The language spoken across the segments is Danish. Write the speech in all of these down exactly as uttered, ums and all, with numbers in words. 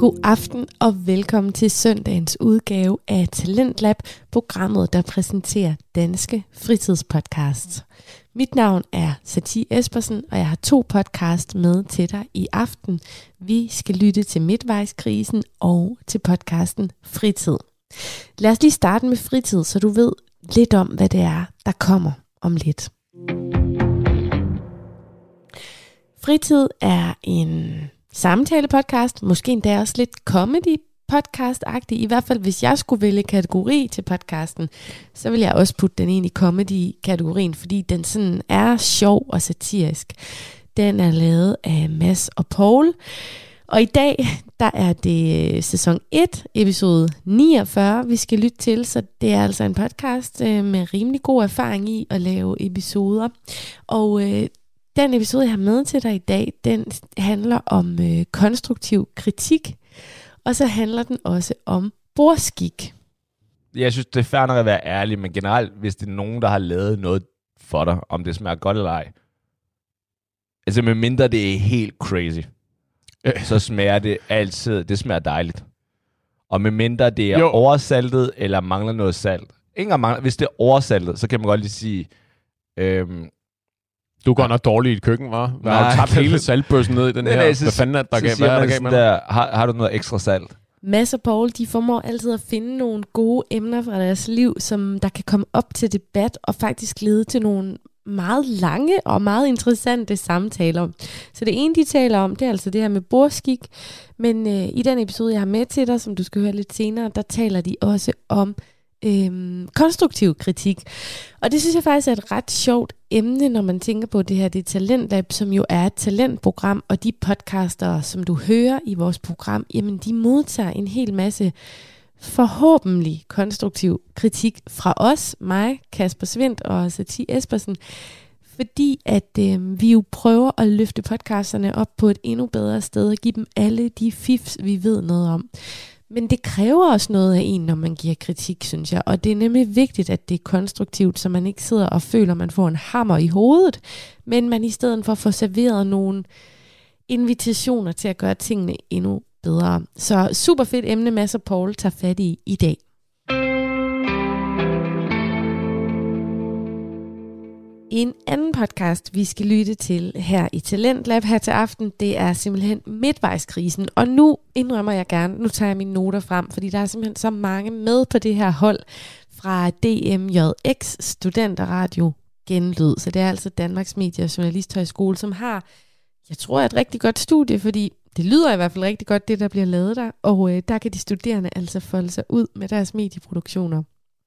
God aften og velkommen til søndagens udgave af Talentlab, programmet, der præsenterer danske fritidspodcasts. Mit navn er Satie Espersen, og jeg har to podcasts med til dig i aften. Vi skal lytte til midtvejskrisen og til podcasten Fritid. Lad os lige starte med fritid, så du ved lidt om, hvad det er, der kommer om lidt. Fritid er en samtale-podcast, måske endda også lidt comedy-podcast-agtig. I hvert fald, hvis jeg skulle vælge kategori til podcasten, så vil jeg også putte den ind i comedy-kategorien, fordi den sådan er sjov og satirisk. Den er lavet af Mads og Paul. Og i dag, der er det sæson et, episode niogfyrre, vi skal lytte til. Så det er altså en podcast med rimelig god erfaring i at lave episoder. Og øh, den episode, jeg har med til dig i dag, den handler om øh, konstruktiv kritik. Og så handler den også om bordskik. Jeg synes, det er fair nok at være ærlig, men generelt, hvis det er nogen, der har lavet noget for dig, om det smager godt eller ej. Altså, med mindre det er helt crazy, så smager det altid, det smager dejligt. Og med mindre det er jo. oversaltet, eller mangler noget salt. Ingen mangler, hvis det er oversaltet, så kan man godt lige sige, øhm, du går nok dårligt i et køkken, hva'? Hvad har du tabt hele saltbøssen ned i den her? Nej, så, hvad fanden er der gav? Hvad er der gav med der, har, har du noget ekstra salt? Mads og Paul, de formår altid at finde nogle gode emner fra deres liv, som der kan komme op til debat og faktisk lede til nogle meget lange og meget interessante samtaler. Så det ene, de taler om, det er altså det her med bordskik. Men øh, i den episode, jeg har med til dig, som du skal høre lidt senere, der taler de også om Øhm, konstruktiv kritik. Og det synes jeg faktisk er et ret sjovt emne, når man tænker på det her, det Talentlab, som jo er et talentprogram, og de podcaster, som du hører i vores program, jamen de modtager en hel masse forhåbentlig konstruktiv kritik fra os, mig, Kasper Svindt og Satie Espersen, fordi at øh, vi jo prøver at løfte podcasterne op på et endnu bedre sted og give dem alle de fifs, vi ved noget om. Men det kræver også noget af en, når man giver kritik, synes jeg. Og det er nemlig vigtigt, at det er konstruktivt, så man ikke sidder og føler, at man får en hammer i hovedet, men man i stedet for får serveret nogle invitationer til at gøre tingene endnu bedre. Så super fedt emne, Mads og Paul tager fat i i dag. En anden podcast, vi skal lytte til her i Talentlab her til aften, det er simpelthen midtvejskrisen. Og nu indrømmer jeg gerne, nu tager jeg mine noter frem, fordi der er simpelthen så mange med på det her hold fra D M J X Studenterradio Genlyd. Så det er altså Danmarks Medie- og Journalisthøjskole, som har, jeg tror, et rigtig godt studie, fordi det lyder i hvert fald rigtig godt, det der bliver lavet der. Og øh, der kan de studerende altså folde sig ud med deres medieproduktioner.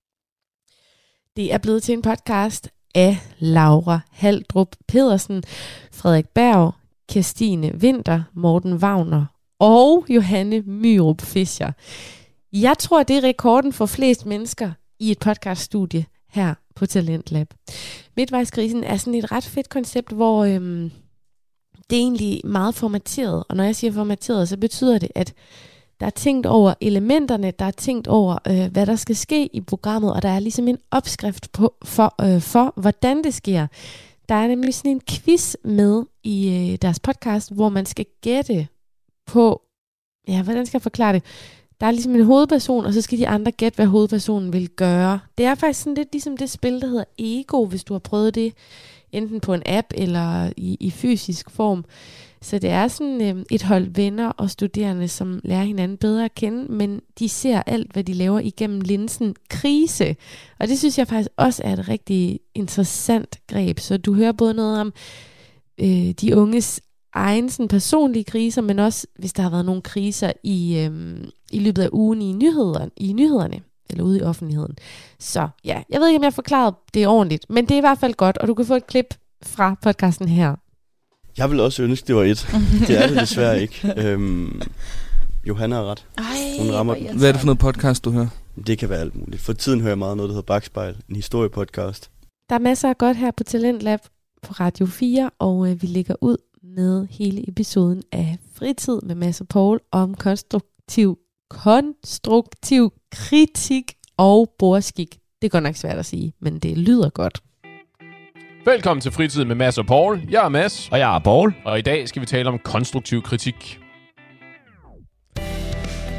Det er blevet til en podcast af Laura Haldrup Pedersen, Frederik Berg, Kirstine Vinter, Morten Wagner og Johanne Myrup Fischer. Jeg tror, det er rekorden for flest mennesker i et podcaststudie her på Talentlab. Midtvejskrisen er sådan et ret fedt koncept, hvor øhm, det er egentlig meget formateret. Og når jeg siger formateret, så betyder det, at der er tænkt over elementerne, der er tænkt over, øh, hvad der skal ske i programmet, og der er ligesom en opskrift på, for, øh, for, hvordan det sker. Der er nemlig sådan en quiz med i øh, deres podcast, hvor man skal gætte på, ja, hvordan skal jeg forklare det? Der er ligesom en hovedperson, og så skal de andre gætte, hvad hovedpersonen vil gøre. Det er faktisk sådan lidt ligesom det spil, der hedder Ego, hvis du har prøvet det, enten på en app eller i, i fysisk form. Så det er sådan øh, et hold venner og studerende, som lærer hinanden bedre at kende, men de ser alt, hvad de laver igennem linsen krise. Og det synes jeg faktisk også er et rigtig interessant greb. Så du hører både noget om øh, de unges egen sådan, personlige kriser, men også hvis der har været nogle kriser i, øh, i løbet af ugen i nyhederne, i nyhederne, eller ude i offentligheden. Så ja, jeg ved ikke, om jeg har forklaret det ordentligt, men det er i hvert fald godt, og du kan få et klip fra podcasten her. Jeg vil også ønske, det var et. Det er det desværre ikke. Øhm, Johanna har ret. Ej, Hun rammer den. Hvad er det for noget podcast, du hører? Det kan være alt muligt. For tiden hører jeg meget noget, der hedder Bakspejl. En historiepodcast. Der er masser af godt her på Talentlab på Radio fire, og øh, vi lægger ud med hele episoden af Fritid med Mads og Paul om konstruktiv, konstruktiv kritik og bordskik. Det er godt nok svært at sige, men det lyder godt. Velkommen til Fritid med Mads og Paul. Jeg er Mads. Og jeg er Paul. Og i dag skal vi tale om konstruktiv kritik.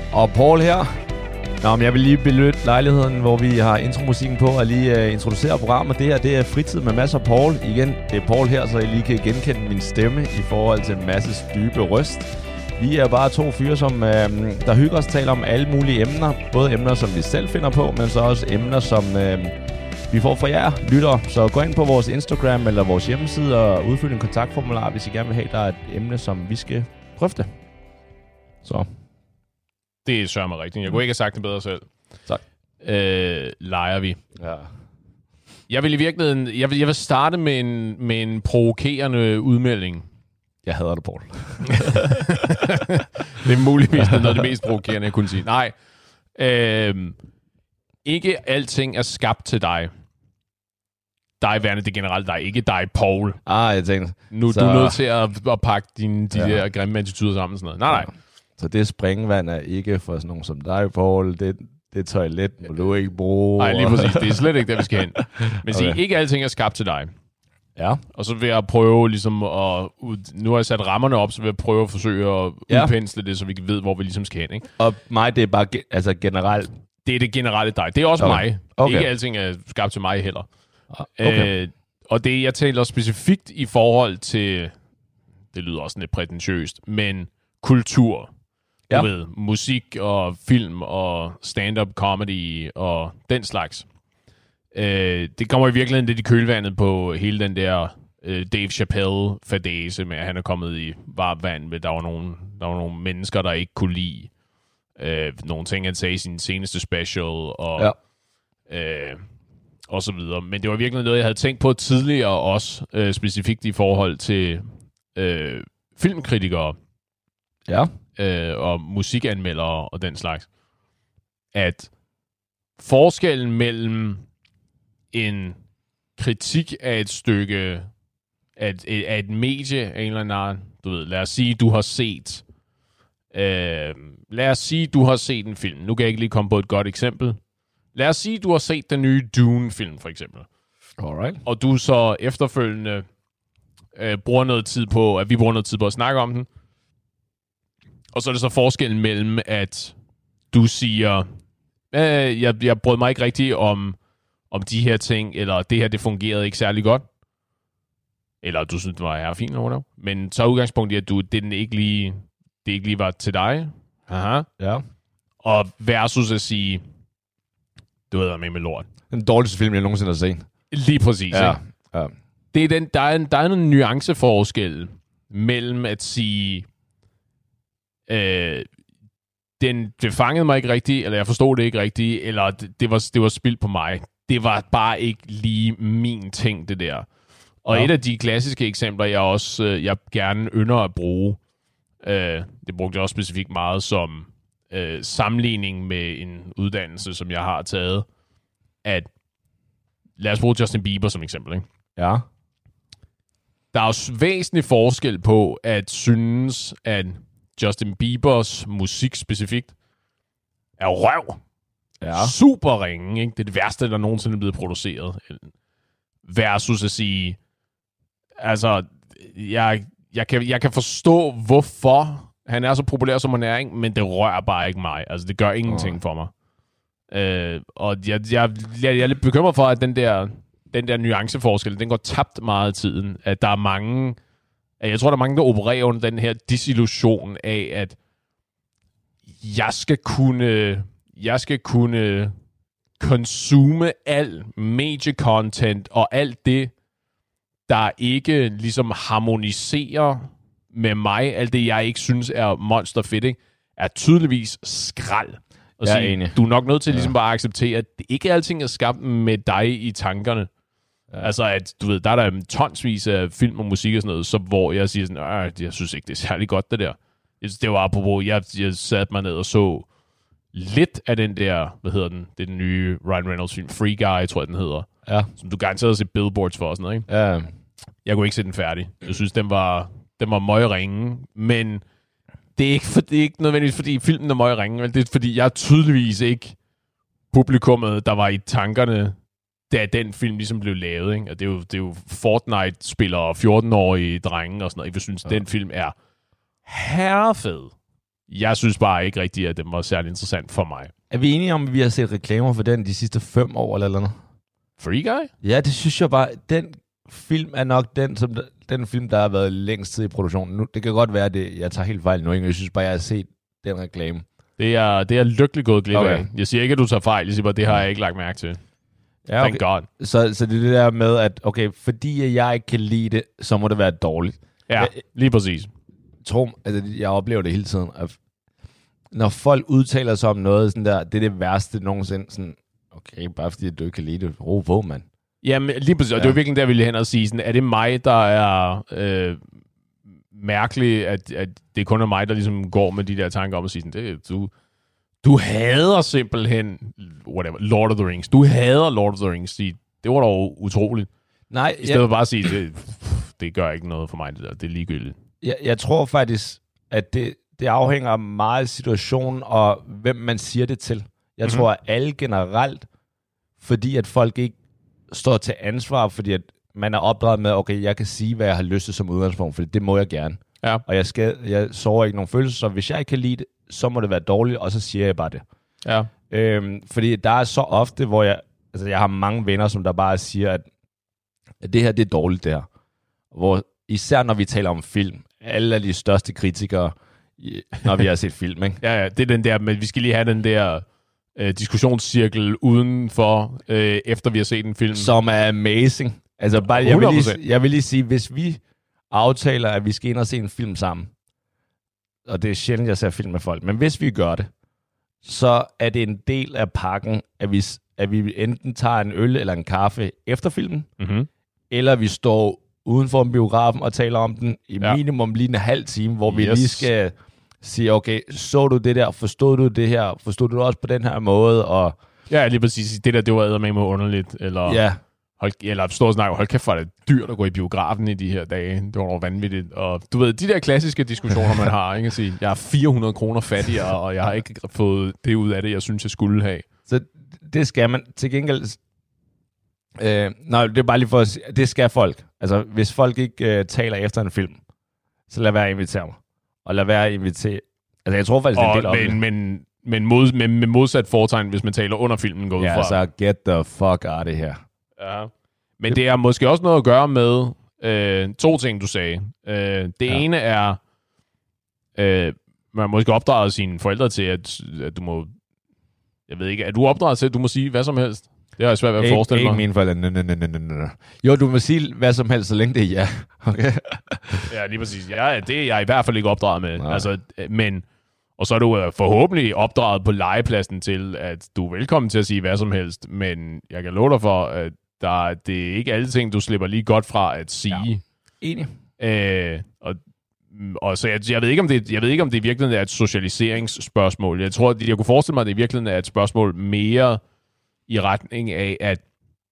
Og Paul her. Nå, men jeg vil lige benytte lejligheden, hvor vi har intromusikken på, og lige uh, introducere programmet. Det her, det er Fritid med Mads og Paul. Igen, det er Paul her, så I lige kan genkende min stemme i forhold til Mads' dybe røst. Vi er bare to fyre, som uh, der hygger os, taler om alle mulige emner. Både emner, som vi selv finder på, men så også emner, som uh, vi får fra jer lyttere. Så gå ind på vores Instagram eller vores hjemmeside og udfyld en kontaktformular, hvis I gerne vil have, der er et emne, som vi skal drøfte. Så... Det er sørme rigtigt. Jeg kunne ikke have sagt det bedre selv. Tak. Øh, leger vi. Ja. Jeg vil i virkeligheden... Jeg vil, jeg vil starte med en, med en provokerende udmelding. Jeg hader det, Paul. Det er muligvis noget af det mest provokerende, jeg kunne sige. Nej. Øh, ikke alting er skabt til dig. Dig, Værne, det generelt dig. Ikke dig, Paul. Ah, jeg tænkte... Nu så... du er nødt til at, at pakke dine, de ja. der grimme attituder sammen. Sådan noget. Nej, nej. Så det springvand er ikke for sådan nogen som dig, Paul. Det, det toilet må du ikke bruge. Nej, lige præcis. Det er slet ikke der, vi skal hen. Men okay. Sig, ikke alting er skabt til dig. Ja. Og så vil jeg prøve ligesom at... Nu har jeg sat rammerne op, så vil jeg prøve at forsøge at ja. udpensle det, så vi ved, hvor vi ligesom skal hen. Ikke? Og mig, det er bare ge- altså generelt... Det er det generelle dig. Det er også okay. mig. Okay. Ikke alting er skabt til mig heller. Okay. Øh, og det, jeg taler specifikt i forhold til... Det lyder også lidt prætentiøst, men kultur... Du ja. ved, musik og film og stand-up comedy og den slags. Øh, det kommer i virkeligheden lidt i kølvandet på hele den der øh, Dave Chappelle-fadese med, at han er kommet i varmt vand med, der var nogle, der var nogle mennesker, der ikke kunne lide øh, nogle ting, han sagde i sin seneste special og, ja. øh, og så videre. Men det var virkelig noget, jeg havde tænkt på tidligere også, øh, specifikt i forhold til øh, filmkritikere. Ja. Øh, og musikanmeldere og den slags, at forskellen mellem en kritik af et stykke, af et, af et medie af en eller anden, du ved, lad os sige, du har set, øh, lad os sige, du har set en film. Nu kan jeg ikke lige komme på et godt eksempel. Lad os sige, du har set den nye Dune-film, for eksempel. Alright. Og du så efterfølgende øh, bruger noget tid på, at vi bruger noget tid på at snakke om den. Og så er det så forskellen mellem, at du siger, øh, jeg, jeg brød mig ikke rigtigt om, om de her ting, eller det her, det fungerede ikke særlig godt. Eller du synes, det var her fint over. Men så er udgangspunktet, at du, det, den ikke lige, det ikke lige var til dig. Aha. Ja. Og versus at sige, du ved med med lort. Den dårligste film, jeg nogensinde har set. Lige præcis, ja. Ikke? Ja. Det er den, der, er en, der er en nuanceforskel mellem at sige... Øh, den, det fangede mig ikke rigtigt, eller jeg forstod det ikke rigtigt, eller det, det, var, det var spildt på mig. Det var bare ikke lige min ting, det der. Og ja. Et af de klassiske eksempler, jeg også øh, jeg gerne ynder at bruge, øh, det brugte jeg også specifikt meget som øh, sammenligning med en uddannelse, som jeg har taget, at lad os bruge Justin Bieber som eksempel, ikke? Ja. Der er også væsentlig forskel på at synes, at Justin Biebers musik specifikt er røv. Ja. Super ringe, ikke? Det er det værste, der nogensinde er blevet produceret. Versus at sige, altså, jeg, jeg, kan, jeg kan forstå, hvorfor han er så populær, som han er, ikke? Men det rører bare ikke mig. Altså, det gør ingenting oh. for mig. Øh, og jeg, jeg, jeg, jeg er lidt bekymret for, at den der, den der nuanceforskel, den går tabt meget i tiden. At der er mange... Jeg tror, der er mange, der opererer under den her disillusion af, at jeg skal kunne, jeg skal kunne consume al medie-content og alt det, der ikke ligesom harmoniserer med mig, alt det, jeg ikke synes er monsterfedt, ikke? Er tydeligvis skrald. Og jeg er sige, enig. Du er nok nødt til ligesom ja. bare at acceptere, at det ikke alting er skabt med dig i tankerne. Ja. Altså, at du ved, der er der tonsvis af film og musik og sådan noget, så hvor jeg siger sådan, jeg synes ikke, det er særlig godt, det der. Det var apropos, jeg, jeg satte mig ned og så lidt af den der, hvad hedder den, det er den nye Ryan Reynolds film, Free Guy, tror jeg, den hedder. Ja. Som du garanteret har set billboards for og sådan noget, ikke? Ja. Jeg kunne ikke se den færdig. Jeg synes, den var, den var møgringe, men det er, ikke for, det er ikke nødvendigvis, fordi filmen er møgringe, men det er, fordi jeg er tydeligvis ikke publikummet, der var i tankerne, da den film ligesom blev lavet, ikke? Og det er jo, det er jo Fortnite-spillere og fjorten-årige drenge og sådan noget. Jeg synes, ja. Den film er herrefed. jeg synes bare ikke rigtigt, at den var særlig interessant for mig. Er vi enige om, at vi har set reklamer for den de sidste fem år eller noget? Free Guy? Ja, det synes jeg bare. Den film er nok den, som der, den film, der har været længst tid i produktionen. Nu, det kan godt være, at det, jeg tager helt fejl nu, ikke? Jeg synes bare, jeg har set den reklame. Det er, det er lykkelig gået glip Okay. af. Jeg siger ikke, at du tager fejl. Jeg siger bare, det har jeg ikke lagt mærke til. Ja, okay. Thank God. Så, så det er det der med, at okay, fordi jeg ikke kan lide det, så må det være dårligt. Ja, Jeg, lige præcis. tro, altså, jeg oplever det hele tiden. At når folk udtaler sig om noget, sådan der, det er det værste nogensinde. Sådan, okay, bare fordi du ikke kan lide det. Ro på, mand. Jamen, lige præcis. Og ja. Det er jo virkelig der, jeg ville hen og sige, sådan, er det mig, der er øh, mærkelig, at, at det kun er mig, der ligesom går med de der tanker om at sige, sådan, det, du, du hader simpelthen whatever, Lord of the Rings. Du hader Lord of the Rings. Det var dog utroligt. Nej, I stedet for bare at sige, det, det gør ikke noget for mig, det der. Det er ligegyldigt. Jeg, jeg tror faktisk, at det, det afhænger meget af situationen og hvem man siger det til. Jeg mm-hmm. tror, at alle generelt, fordi at folk ikke står til ansvar, fordi at man er opdraget med, okay, jeg kan sige, hvad jeg har lyst til som udgangspunkt, for det må jeg gerne. Ja. Og jeg, skal, jeg sover ikke nogen følelser, så hvis jeg ikke kan lide det, så må det være dårligt, og så siger jeg bare det. Ja. Øhm, fordi der er så ofte, hvor jeg, altså jeg har mange venner, som der bare siger, at, at det her, det er dårligt, det her. Hvor, især når vi taler om film, alle af de største kritikere, når vi har set film, ikke? Ja, ja, det er den der, men vi skal lige have den der øh, diskussionscirkel udenfor, øh, efter vi har set en film. Som er amazing. Altså bare, jeg vil, lige, jeg vil lige sige, hvis vi aftaler, at vi skal ind og se en film sammen, og det er sjældent, jeg ser film med folk, men hvis vi gør det, så er det en del af pakken, at vi, at vi enten tager en øl eller en kaffe efter filmen, mm-hmm. eller vi står uden for biografen og taler om den i ja. minimum lige en halv time, hvor vi yes. lige skal sige, okay, så du det der, forstod du det her, forstod du det også på den her måde, og... Ja, lige præcis. Det der, det var eddermame underligt, eller... Ja. Hold, eller stå og snakke, hold kæft, for det er dyrt at gå i biografen i de her dage. Det var noget vanvittigt. Og du ved, de der klassiske diskussioner, man har, ikke at sige, jeg er fire hundrede kroner fattigere, og jeg har ikke fået det ud af det, jeg synes, jeg skulle have. Så det skal man til gengæld... Øh, nej, det er bare lige for at sige, det skal folk. Altså, hvis folk ikke øh, taler efter en film, så lad være at invitere mig. Og lad være at invitere... Altså, jeg tror faktisk, det er en del men, om det. Men, men mod, med, med modsat foretegn, hvis man taler under filmen, går ud ja, fra. så get the fuck out of here. Ja. Men det er måske også noget at gøre med øh, to ting, du sagde. Øh, det ja. ene er, øh, man måske opdrage sine forældre til, at, at du må... Jeg ved ikke, er du opdraget til, at du må sige hvad som helst? Det har jeg svært ved at forestille mig. Ikke mine forældre. Nø, nø, nø, nø, nø. Jo, du må sige hvad som helst, så længe det er ja. Okay? Ja, lige præcis. Ja, det er jeg i hvert fald ikke opdraget med. Altså, men... Og så er du forhåbentlig opdraget på legepladsen til, at du er velkommen til at sige hvad som helst, men jeg kan love dig for, at der, det er ikke alle ting, du slipper lige godt fra at sige. Ja. Enig. Øh, og, og så jeg, jeg, ved ikke, om det, jeg ved ikke, om det i virkeligheden er et socialiseringsspørgsmål. Jeg tror, at jeg kunne forestille mig, at det i virkeligheden er et spørgsmål mere i retning af, at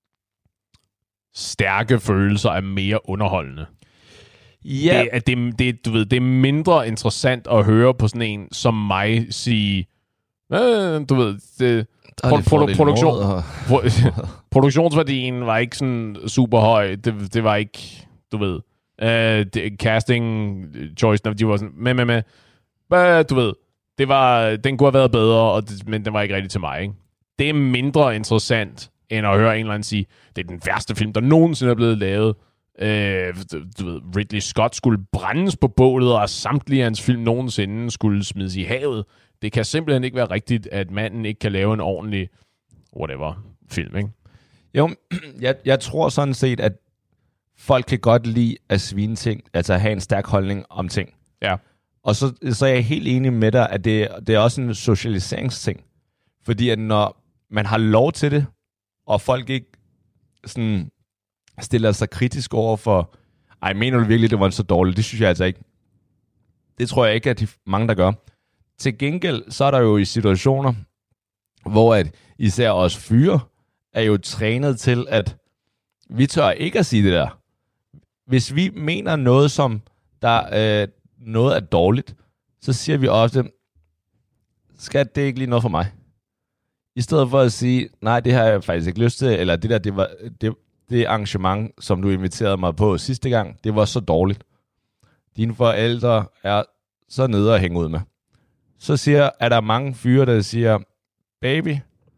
stærke følelser er mere underholdende. Ja. Det, at det, det, du ved, det er mindre interessant at høre på sådan en som mig sige, øh, du ved, det, pro, pro, produktion, pro, produktionsværdien var ikke sådan super høj. Det, det var ikke, du ved, øh, det, casting choice, de var sådan, med, med, med, øh, du ved, det var, den kunne have været bedre, og det, men den var ikke rigtig til mig. Ikke? Det er mindre interessant, end at høre en eller anden sige, det er den værste film, der nogensinde er blevet lavet. Øh, du ved, Ridley Scott skulle brændes på bålet, og samtlige af hans film nogensinde skulle smides i havet. Det kan simpelthen ikke være rigtigt, at manden ikke kan lave en ordentlig whatever film, ikke? Jo, jeg, jeg tror sådan set, at folk kan godt lide at svine ting, altså have en stærk holdning om ting. Ja. Og så, så er jeg helt enig med dig, at det, det er også en socialiseringsting. Fordi at når man har lov til det, og folk ikke sådan stiller sig kritisk over for, ej, mener du virkelig, det var så dårligt? Det synes jeg altså ikke. Det tror jeg ikke, at de mange, der gør. Til gengæld, så er der jo i situationer, hvor at især os fyre er jo trænet til, at vi tør ikke at sige det der. Hvis vi mener noget, som der øh, noget er dårligt, så siger vi også, skat, det er ikke lige noget for mig. I stedet for at sige, nej, det har jeg faktisk ikke lyst til, eller det der, det var... Det, det arrangement, som du inviterede mig på sidste gang, det var så dårligt. Dine forældre er så nede at hænge ud med. så siger, er der mange fyre, der siger, baby,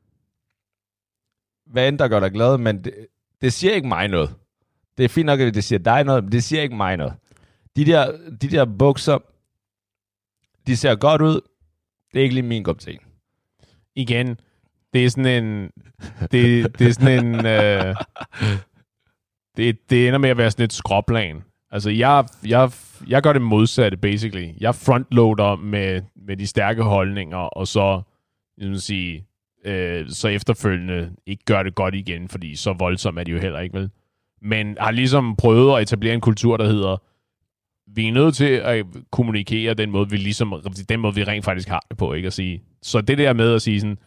hvad end der gør dig glad, men det, det siger ikke mig noget. Det er fint nok, at det siger dig noget, men det siger ikke mig noget. De der, de der bukser, de ser godt ud. Det er ikke lige min kop te. Igen, det er sådan en... Det, det er sådan en... Øh, det, det ender med at være sådan et skråplan. Altså, jeg, jeg, jeg gør det modsatte, basically. Jeg frontloader med, med de stærke holdninger, og så, jeg vil sige, øh, så efterfølgende ikke gør det godt igen, fordi så voldsomt er de jo heller ikke, vel? Men har ligesom prøvet at etablere en kultur, der hedder, vi er nødt til at kommunikere den måde, vi ligesom, den måde, vi rent faktisk har det på, ikke at sige. Så det der med at sige sådan,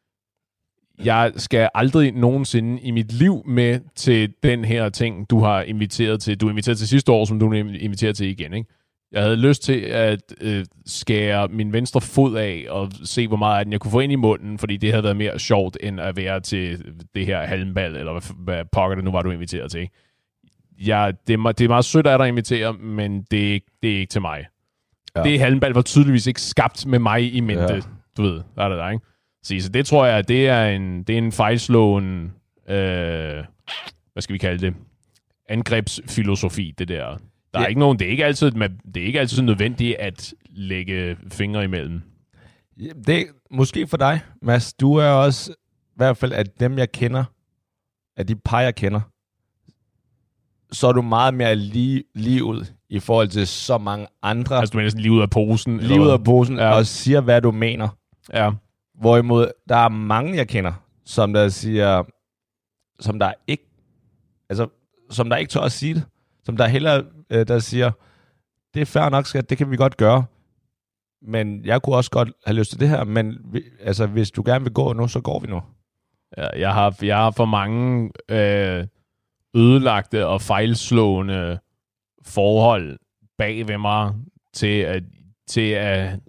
jeg skal aldrig nogensinde i mit liv med til den her ting, du har inviteret til. Du er inviteret til sidste år, som du er inviteret til igen, ikke? Jeg havde lyst til at øh, skære min venstre fod af og se, hvor meget af den jeg kunne få ind i munden, fordi det havde været mere sjovt, end at være til det her halmbal, eller hvad, hvad pokker det nu var, du inviteret til. Ja, det, er, det er meget sødt af dig at invitere, men det, det er ikke til mig. Ja. Det halmbal var tydeligvis ikke skabt med mig i mente. Ja. Du ved, der er det der, ikke? Så det tror jeg, det er en, det er en fejlslåen, øh, hvad skal vi kalde det, angrebsfilosofi, det der. Der er ja. ikke nogen, det er ikke altid, det er ikke altid nødvendigt at lægge fingre imellem. Det er måske for dig, Mads. Du er også, i hvert fald af dem, jeg kender, af de par, jeg kender, så er du meget mere lige, lige ud i forhold til så mange andre. Altså du mener sådan lige ud af posen? Lige ud af posen, ja. Og siger, hvad du mener. Ja. Hvorimod, der er mange, jeg kender, som der siger, som der ikke, altså, som der ikke tør at sige det. Som der heller, øh, der siger, det er fair nok, skat, det kan vi godt gøre. Men jeg kunne også godt have lyst til det her, men vi, altså, hvis du gerne vil gå nu, så går vi nu. Ja, jeg har, jeg har for mange øh, ødelagte og fejlslående forhold bag ved mig til at, til at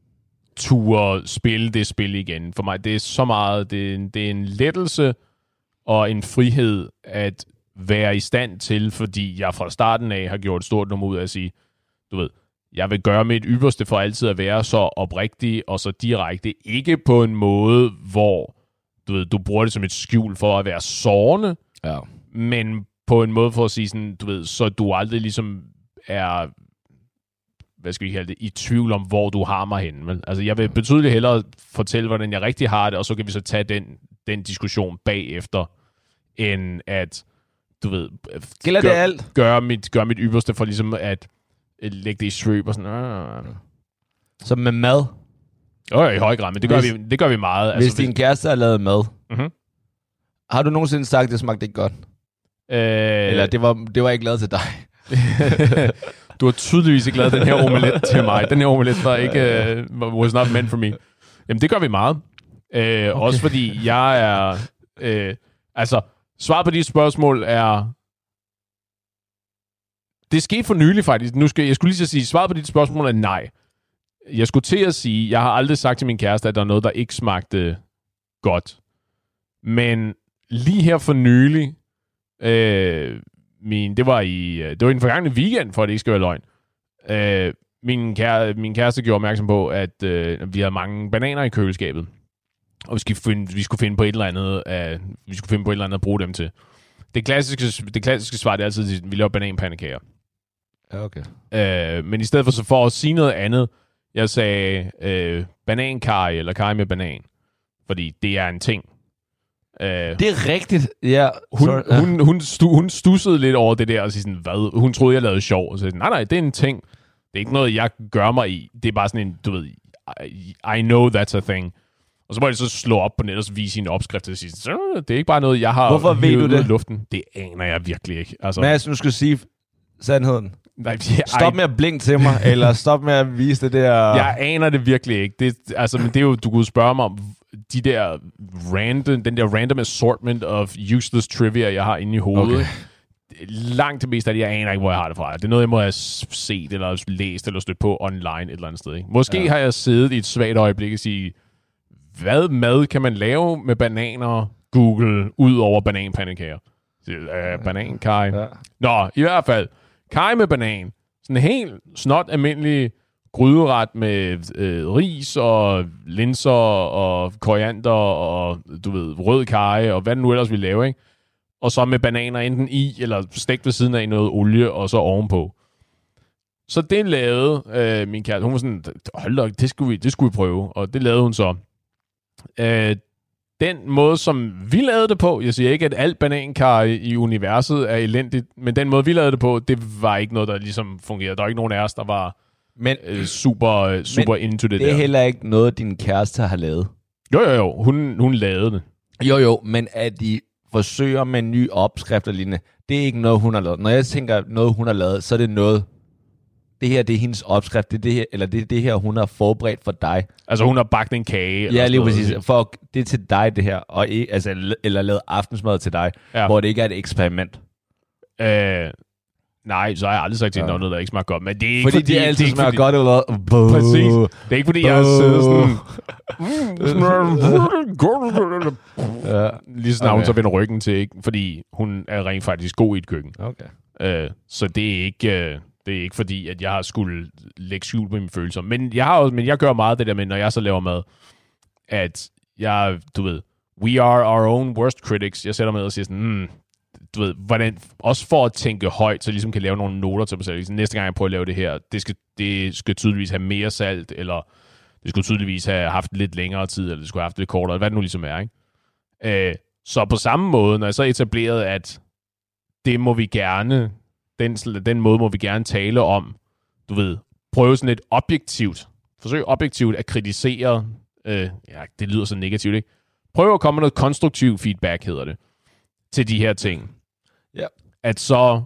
ture spille det spil igen. For mig, det er så meget, det er, en, det er en lettelse og en frihed at være i stand til, fordi jeg fra starten af har gjort et stort nummer ud af at sige, du ved, jeg vil gøre mit ypperste for altid at være så oprigtig og så direkte. Ikke på en måde, hvor du ved, du bruger det som et skjul for at være sårende, ja. Men på en måde for at sige sådan, du ved, så du aldrig ligesom er, hvad skal vi kalde det, i tvivl om, hvor du har mig henne. Vel? Altså, jeg vil betydeligt hellere fortælle, hvordan jeg rigtig har det, og så kan vi så tage den, den diskussion bagefter, end at, du ved, Gælder gør, det alt? Gøre mit, gør mit ypperste for ligesom at lægge det i svøb og sådan. Øh. Så med mad? Øh, i høj grad, men det gør, hvis, vi, det gør vi meget. Hvis altså, din kæreste har lavet mad, mm-hmm. har du nogensinde sagt, at det smagte ikke godt? Øh, Eller det var, det var ikke lavet til dig? Du har tydeligvis ikke lavet den her omelet til mig. Den her omelet var ikke, uh, was not meant for me. Jamen, det gør vi meget. Uh, okay. Også fordi jeg er, uh, altså, svaret på de spørgsmål er, det skete for nylig faktisk. Nu skal, jeg skulle lige så sige, svaret på de spørgsmål er nej. Jeg skulle til at sige, jeg har aldrig sagt til min kæreste, at der er noget, der ikke smagte godt. Men lige her for nylig, øh, min, det var i det var i den forgangne weekend, for at det ikke skal være løgn. Øh, min, kære, min kæreste gjorde opmærksom på, at øh, vi havde mange bananer i køleskabet. Og vi skulle finde, vi skulle finde på et eller andet, uh, vi skulle finde på et eller andet at bruge dem til. Det klassiske, det klassiske svar, det er altid, at vi laver bananpandekager. Ja, okay. Øh, men i stedet for, så for at sige noget andet, jeg sagde øh, banankaj eller kaj med banan. Fordi det er en ting. Øh, det er rigtigt. Ja. Hun, ja. hun, hun, stu, hun stussede lidt over det der og sagde sådan, hvad? Hun troede, jeg lavede sjov. Og så sagde, nej, nej, det er en ting. Det er ikke noget, jeg gør mig i. Det er bare sådan en, du ved, I, I know that's a thing. Og så må jeg så slå op på nettet og vise en opskrift og sige, det er ikke bare noget, jeg har Hvorfor ved du det? I luften. Det aner jeg virkelig ikke. Altså, Mads, nu skal du sige sandheden. Nej, yeah, stop I, med at blinke til mig, eller stop med at vise det der... Jeg aner det virkelig ikke. Det, altså, men det er jo, du kunne spørge mig om de der random, den der random assortment of useless trivia, jeg har inde i hovedet. Okay. Langt det meste af det, jeg aner ikke, hvor jeg har det fra. Det er noget, jeg må have set, eller læst, eller stødt på online et eller andet sted. Ikke? Måske ja. har jeg siddet i et svagt øjeblik og sige, hvad mad kan man lave med bananer, Google, ud over bananpandekager? Uh, banankaj. Ja. Nå, i hvert fald, kaj med banan. Sådan en helt snot almindelig gryderet med øh, ris og linser og koriander og, du ved, rød karry og hvad den nu ellers vil lave, ikke? Og så med bananer enten i, eller stegt ved siden af noget olie, og så ovenpå. Så det lavede øh, min kæreste. Hun var sådan, hold da, det skulle vi, det skulle vi prøve. Og det lavede hun så. Øh, den måde, som vi lavede det på, jeg siger ikke, at alt banankar i universet er elendigt, men den måde, vi lavede det på, det var ikke noget, der ligesom fungerede. Der var ikke nogen af os, der var men, øh, super, super men into det, det der. Det er heller ikke noget, din kæreste har lavet. Jo, jo, jo. Hun, hun lavede det. Jo, jo, men at de forsøger med en ny opskrift og lignende, det er ikke noget, hun har lavet. Når jeg tænker noget, hun har lavet, så er det noget, det her, det er hendes opskrift, det er det her, eller det er det her, hun har forberedt for dig. Altså, hun har bagt en kage? Eller ja, lige noget. præcis. For det er til dig, det her, og ikke, altså, eller lavet aftensmad til dig, ja. Hvor det ikke er et eksperiment. Øh, nej, så har jeg aldrig sagt til ja. noget, der ikke smager godt. Men det er ikke fordi, fordi... det altid det er smager fordi, godt, eller hvad? Præcis. Det er ikke fordi, jeg har siddet sådan... ja. Lige snart okay. hun så vender ryggen til, ikke? Fordi hun er rent faktisk god i et køkken. Okay. Øh, så det er ikke... Øh, Det er ikke fordi, at jeg har skulle lægge skjul på mine følelser. Men jeg, har også, men jeg gør meget det der med, når jeg så laver mad, at jeg, du ved, we are our own worst critics. Jeg sætter mig ned og siger sådan, mm, du ved, hvordan, også for at tænke højt, så jeg ligesom kan lave nogle noter til mig selv. Ligesom, næste gang jeg prøver at lave det her, det skal, det skal tydeligvis have mere salt, eller det skulle tydeligvis have haft lidt længere tid, eller det skulle have haft lidt kortere, hvad det nu ligesom er, ikke? Øh, så på samme måde, når jeg så etableret, at det må vi gerne... Den, den måde må vi gerne tale om, du ved, prøve sådan lidt objektivt, forsøg objektivt at kritisere, øh, ja, det lyder så negativt, ikke? Prøv at komme med noget konstruktiv feedback, hedder det, til de her ting. Ja. At så,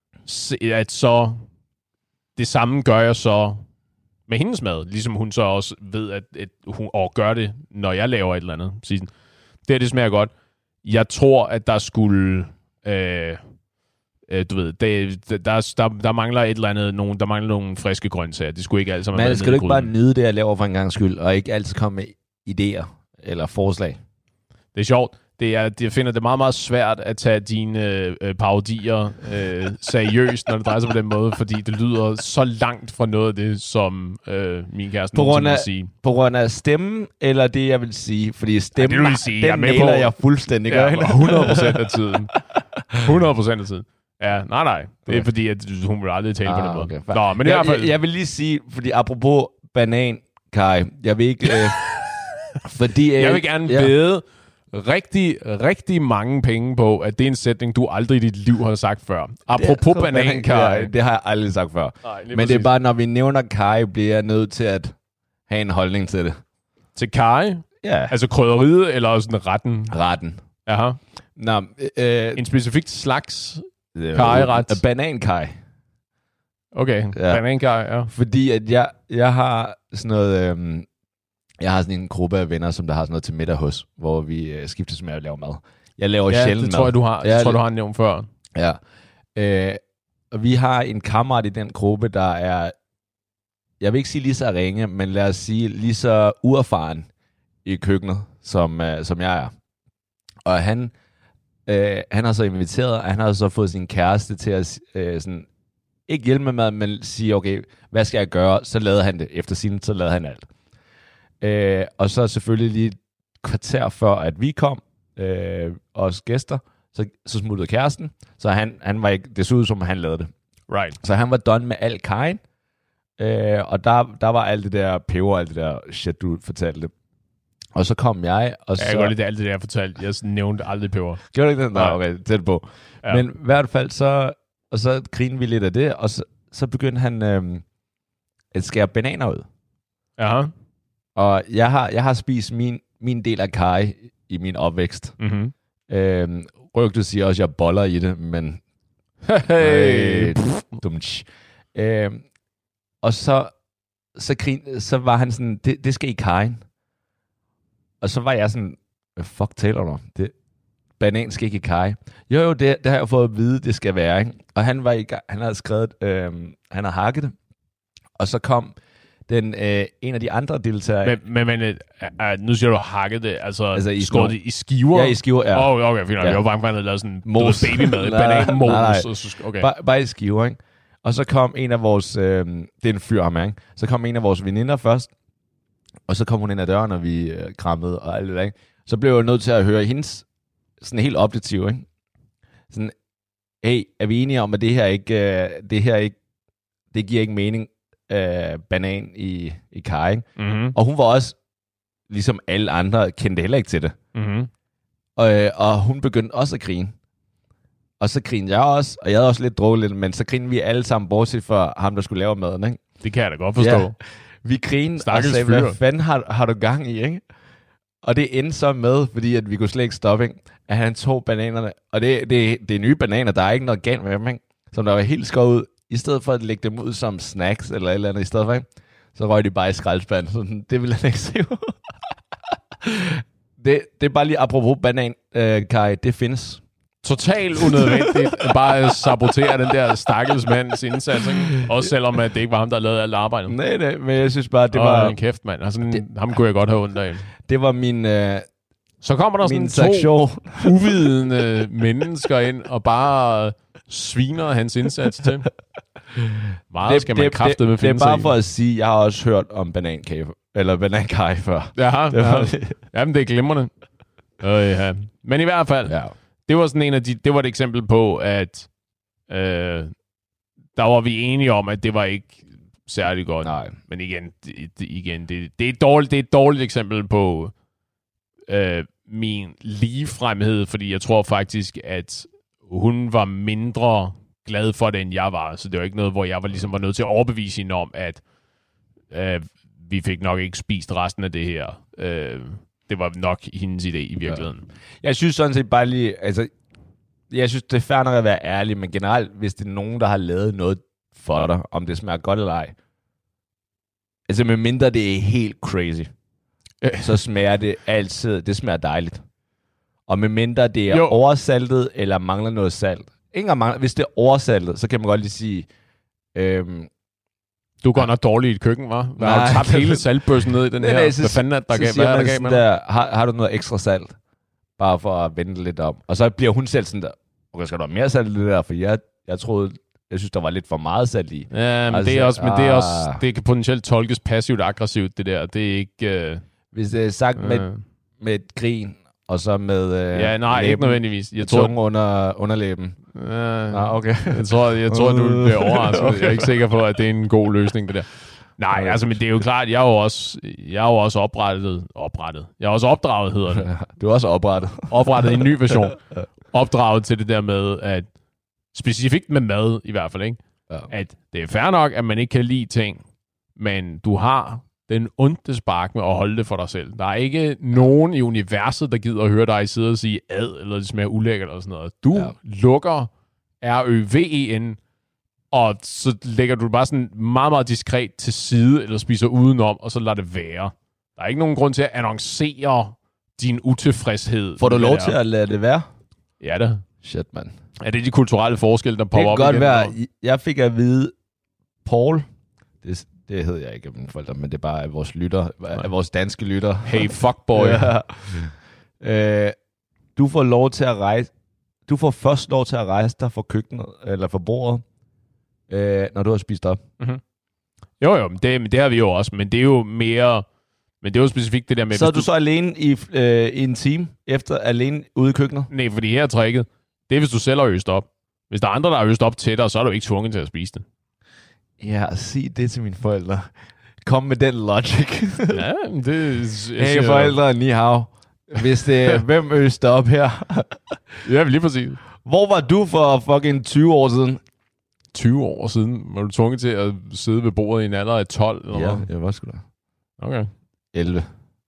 at så, det samme gør jeg så med hendes mad, ligesom hun så også ved, at, at hun og gør det, når jeg laver et eller andet. Det her, det smager godt. Jeg tror, at der skulle... Øh, Uh, du ved, det, der, der, der mangler et eller andet, nogen, der mangler nogle friske grøntsager. Det skulle ikke altid være. Men skal du ikke bare nyde det, jeg laver for en gang skyld, og ikke altid komme med idéer eller forslag? Det er sjovt. Det er, jeg finder det meget, meget svært at tage dine øh, parodier øh, seriøst, når det drejer sig på den måde, fordi det lyder så langt fra noget af det, som øh, min kæreste nogensinde vil sige. På grund af stemmen, eller det, jeg vil sige? Fordi stemmen, ja, det sige. den næler jeg fuldstændig. Ja, hundrede procent af tiden. hundrede procent af tiden. Ja, nej, nej. Det er okay. Fordi, at hun vil aldrig tale ah, på den måde. Okay, Nå, men i jeg, hvert fald... jeg, jeg vil lige sige, fordi apropos banankaj, jeg vil ikke... Øh, fordi, øh, jeg vil gerne ja. bede rigtig, rigtig mange penge på, at det er en sætning, du aldrig i dit liv har sagt før. Apropos banankaj. Det, det har jeg aldrig sagt før. Nej, men præcis. Det er bare, når vi nævner kaj, bliver jeg nødt til at have en holdning til det. Til kaj? Ja. Altså krydderiet, eller sådan retten? Retten. Jaha. Nå, øh, en specifik slags kajret. Banankaj. Okay, ja. Banankaj, ja. Fordi at jeg, jeg har sådan noget... Øhm, jeg har sådan en gruppe af venner, som der har sådan noget til middag hos, hvor vi øh, skiftes med at lave mad. Jeg laver ja, sjældent mad. det tror jeg, du har. Jeg tror, du har nævnt før. Ja. Øh, og vi har en kammerat i den gruppe, der er... Jeg vil ikke sige lige så ringe, men lad os sige lige så uerfaren i køkkenet, som, øh, som jeg er. Og han... Øh, han har så inviteret, og han har så fået sin kæreste til at øh, sådan, ikke hjælpe med mad, men sige, okay, hvad skal jeg gøre? Så lavede han det. Efter sin, så lavede han alt. Øh, og så selvfølgelig lige et kvarter før, at vi kom, øh, os gæster, så, så smuttede kæresten. Så han, han var ikke, det så ud som, han lavede det. Right. Så han var done med al kajen. Øh, og der, der var alt det der peber, alt det der shit, du fortalte. Og så kom jeg, og så... Ja, jeg går lidt alt det der, jeg fortalte. Jeg nævnte aldrig peber. Gjorde du ikke det? Nej, okay, tæt på. Ja. Men i hvert fald, så, og så grinede vi lidt af det, og så, så begyndte han øhm, at skære bananer ud. Jaha. Og jeg har, jeg har spist min, min del af kaj i min opvækst. Mm-hmm. Øhm, rygtet siger også, at jeg boller i det, men... Hey. Øh, dumt. Øhm, og så, så, grin, så var han sådan, det, det skal i kajen. Og så var jeg sådan, hvad fuck taler du om? Det, banan skal ikke i kaj. Jo, jo, det, det har jeg fået at vide, det skal være, ikke? Og han var i gang, han havde skrevet, øh, han har hakket det. Og så kom den, øh, en af de andre deltagere... Men, men, men øh, øh, nu siger du hakket det, altså, altså i skåret det i skiver? Ja, i skiver, ja. Åh, oh, okay, fint. Ja. Jeg var bange for, at han havde lavet sådan mos. Babymad, bananmos. Okay. Bare, bare i skiver, ikke? Og så kom en af vores... Øh, det er en fyr, ham, ikke? Så kom en af vores veninder først. Og så kom hun ind ad døren, og vi øh, krammede og alt det der, ikke? Så blev jeg nødt til at høre hendes sådan helt objektiv, ikke? Sådan, hey, er vi enige om, at det her ikke... Øh, det her ikke... Det giver ikke mening, øh, banan i, i kaj, ikke? Mm-hmm. Og hun var også, ligesom alle andre, kendte heller ikke til det. Mm-hmm. Og, øh, og hun begyndte også at grine. Og så grinede jeg også, og jeg havde også lidt drukket lidt, men så grinede vi alle sammen, bortset fra ham, der skulle lave maden, ikke? Det kan jeg da godt forstå. Ja. Vi grinede Stakkels og sagde, fyr. hvad fanden har, har du gang i, ikke? Og det endte så med, fordi at vi kunne slet ikke stoppe, ikke? At han tog bananerne. Og det, det, det er nye bananer, der er ikke noget galt med dem, ikke? Som der var helt skåret ud. I stedet for at lægge dem ud som snacks eller et eller andet i stedet for, ikke? Så røg de bare i skraldespanden. Så det ville han ikke se. det, det er bare lige apropos banan, øh, Kai. Det findes. Totalt unødvendigt at bare sabotere den der stakkels mands indsats, ikke? Også selvom at det ikke var ham, der lavede alt arbejdet. Nej, nej, men jeg synes bare, det Åh, var... en kæft, mand. Altså, det, ham kunne jeg godt have ondt af. Det var min... Øh, Så kommer der min sådan sektion. to uvidende mennesker ind og bare sviner hans indsats til. Meget det, skal man kraftedeme det, finde det er bare sig for at sige, at jeg har også hørt om banankage, eller banankage før. Ja, det var, ja. Jamen, det er glimrende. Øh, ja. Men i hvert fald, ja. det var sådan en af de, det var et eksempel på, at øh, der var vi enige om, at det var ikke særlig godt. Nej. Men igen, det, det, igen det, det, er et dårligt, det er et dårligt eksempel på øh, min ligefremhed, fordi jeg tror faktisk, at hun var mindre glad for det, end jeg var. Så det var ikke noget, hvor jeg var, ligesom var nødt til at overbevise hende om, at øh, vi fik nok ikke spist resten af det her. Øh, det var nok hendes idé i virkeligheden. Ja. Jeg synes sådan set bare lige, altså, jeg synes, det er fair nok at være ærlig, men generelt, hvis det er nogen, der har lavet noget for dig, om det smager godt eller ej, altså med mindre det er helt crazy, øh. så smager det altid, det smager dejligt. Og med mindre det er jo. oversaltet, eller mangler noget salt. Ingen mangler, hvis det er oversaltet, så kan man godt lige sige, øhm, du går nok dårligt i et køkken, hva'? Hvad har du tabt hele saltbøssen ned i den nej, her? Nej, så, hvad fanden er der gav? Hvad er der gav med der, har, har du noget ekstra salt? Bare for at vende lidt om. Og så bliver hun selv sådan der, okay, skal du have mere salt i det der? For jeg, jeg troede, jeg synes, der var lidt for meget salt i. Ja, men, altså, det, er også, men det er også, det kan potentielt tolkes passivt-aggressivt, det der. Det er ikke... Uh... Hvis det er sagt uh... med, med et grin, og så med uh, ja, nej, læben, ikke nødvendigvis. Jeg tror, tunge under underlæben. Uh, ah, okay. jeg tror, jeg tror du bliver overrasket. Okay. Jeg er ikke sikker på, at det er en god løsning, det der. Nej, okay. altså, men det er jo klart, jeg er jo også, jeg er jo også oprettet, oprettet. Jeg er også opdraget, hedder det. Du er også oprettet. Oprettet i en ny version. Opdraget til det der med, at specifikt med mad i hvert fald, ikke? Ja. At det er fair nok, at man ikke kan lide ting, men du har den onde spark med at holde det for dig selv. Der er ikke nogen i universet, der gider at høre dig sidde og sige ad, eller det smager ulækkert, eller sådan noget. Du ja. lukker R Ø V E N, og så lægger du bare sådan meget, meget diskret til side, eller spiser udenom, og så lader det være. Der er ikke nogen grund til at annoncere din utilfredshed. Får du lov til at lade det være? Ja da. Shit, mand. Er det de kulturelle forskelle, der popper op igen? Det kan igen, godt være. Jeg fik at vide, Paul, det, det hed jeg ikke af mine forældre, men det er bare af vores lytter, af vores danske lytter. Hey, fuckboy. ja. øh, du får lov til at rejse, du får først lov til at rejse dig fra køkkenet, eller fra bordet, øh, når du har spist op. Mm-hmm. Jo, jo, det, det har vi jo også, men det er jo mere, men det er jo specifikt det der med... Så er du, du så alene i, øh, i en time, efter alene ude i køkkenet? Nej, fordi her er tricket, det er, hvis du selv har øst op. Hvis der er andre, der har øst op til dig, så er du ikke tvunget til at spise det. Ja, sig det til mine forældre. Kom med den logic. ja, det... Hey, siger, forældre, ni hao. Hvis det hvem øste op her? ja, lige præcis. Hvor var du for fucking tyve år siden? tyve år siden? Var du tvunget til at sidde ved bordet i en alder af tolv? Eller ja, hvad? jeg var sgu da. Okay. elleve.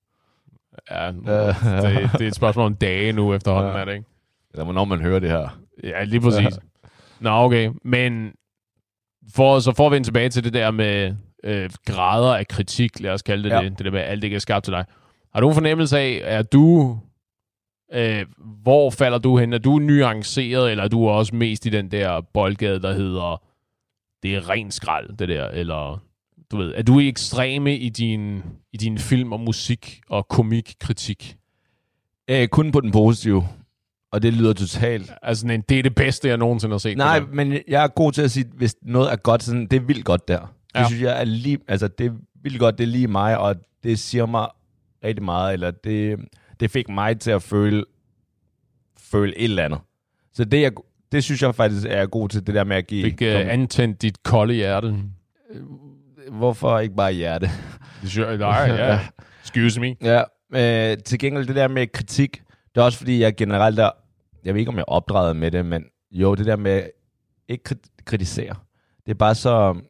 Ja, det, det er et spørgsmål om dage nu efterhånden, ja. Er det ikke? Eller hvornår man hører det her. Ja, lige præcis. Nå, okay. Men for, så får vi vende tilbage til det der med øh, grader af kritik, lad os kalde det ja. det. Det der med, alt ikke er skabt til dig. Har du en fornemmelse af, er du... Øh, hvor falder du hen? Er du nuanceret, eller er du også mest i den der boldgade, der hedder, det er ren skrald, det der? Eller, du ved, er du ekstreme i din, i din film og musik og komikkritik? Æh, kun på den positive. Og det lyder totalt... Altså, sådan en, det er det bedste, jeg nogensinde har set. Nej, men jeg er god til at sige, hvis noget er godt, sådan, det er vildt godt der. Det Ja. synes jeg er lige... Altså, det er vildt godt, det er lige mig, og det siger mig rigtig meget, eller det, det fik mig til at føle, føle et eller andet. Så det, jeg, det synes jeg faktisk er god til, det der med at give... Fik uh, antændt dit kolde hjerte. Hvorfor ikke bare hjerte? Det synes jeg, nej, ja. Excuse me. Ja, øh, til gengæld det der med kritik, det er også fordi, jeg generelt er... Jeg ved ikke, om jeg er opdraget med det, men jo, det der med ikke krit- kritisere. Det er bare så...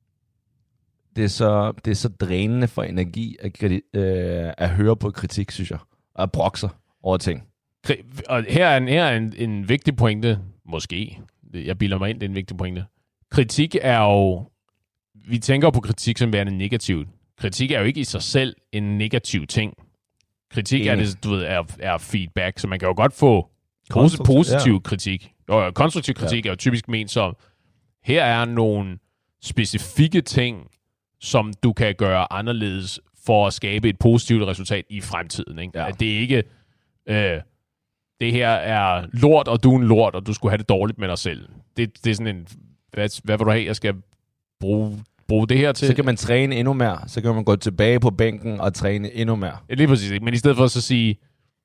Det er så, det er så drænende for energi at, kriti- øh, at høre på kritik, synes jeg. Og at brokke sig over ting. Og her er en, her er en, en vigtig pointe, måske. Jeg bilder mig ind, det er en vigtig pointe. Kritik er jo... Vi tænker på kritik som værende negativt. Kritik er jo ikke i sig selv en negativ ting. Kritik Enig. er det, du ved, er, er feedback, så man kan jo godt få Konstruktiv, positiv ja. kritik. Og konstruktiv kritik ja. er jo typisk ment som, her er nogle specifikke ting, som du kan gøre anderledes for at skabe et positivt resultat i fremtiden. Ikke? Ja. At det ikke, øh, det her er lort, og du er en lort, og du skulle have det dårligt med dig selv. Det, det er sådan en, hvad, hvad vil du have, jeg skal bruge, bruge det her til? Så kan man træne endnu mere. Så kan man gå tilbage på bænken og træne endnu mere. Ja, lige præcis. Ikke? Men i stedet for at så sige,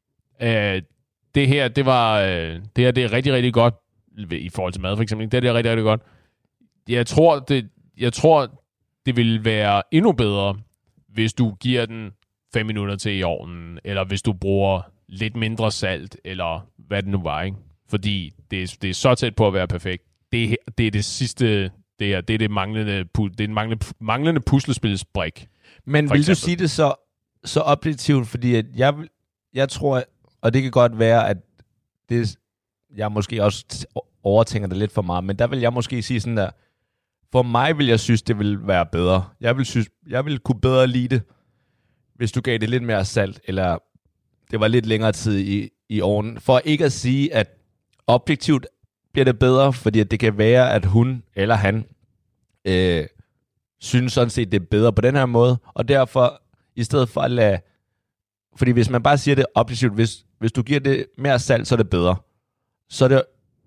øh, det her, det var, øh, det her, det er rigtig, rigtig godt, i forhold til mad for eksempel. Det her, det er rigtig, rigtig godt. Jeg tror, det, jeg tror, det vil være endnu bedre, hvis du giver den fem minutter til i ovnen, eller hvis du bruger lidt mindre salt, eller hvad det nu var, ikke? Fordi det er, det er så tæt på at være perfekt. Det, her, det er det sidste, det er det, er det manglende, det er en manglende, manglende puslespilsbrik. Men vil eksempel. du sige det så, så objektivt, fordi at jeg, jeg tror, og det kan godt være, at det, jeg måske også overtænker det lidt for meget, men der vil jeg måske sige sådan der, for mig vil jeg synes, det vil være bedre. Jeg vil, synes, jeg vil kunne bedre lide det, hvis du gav det lidt mere salt, eller det var lidt længere tid i, i ovnen. For ikke at sige, at objektivt bliver det bedre, fordi at det kan være, at hun eller han øh, synes sådan set, det er bedre på den her måde, og derfor, i stedet for at lade... Fordi hvis man bare siger det objektivt, hvis, hvis du giver det mere salt, så er det bedre. Så er det,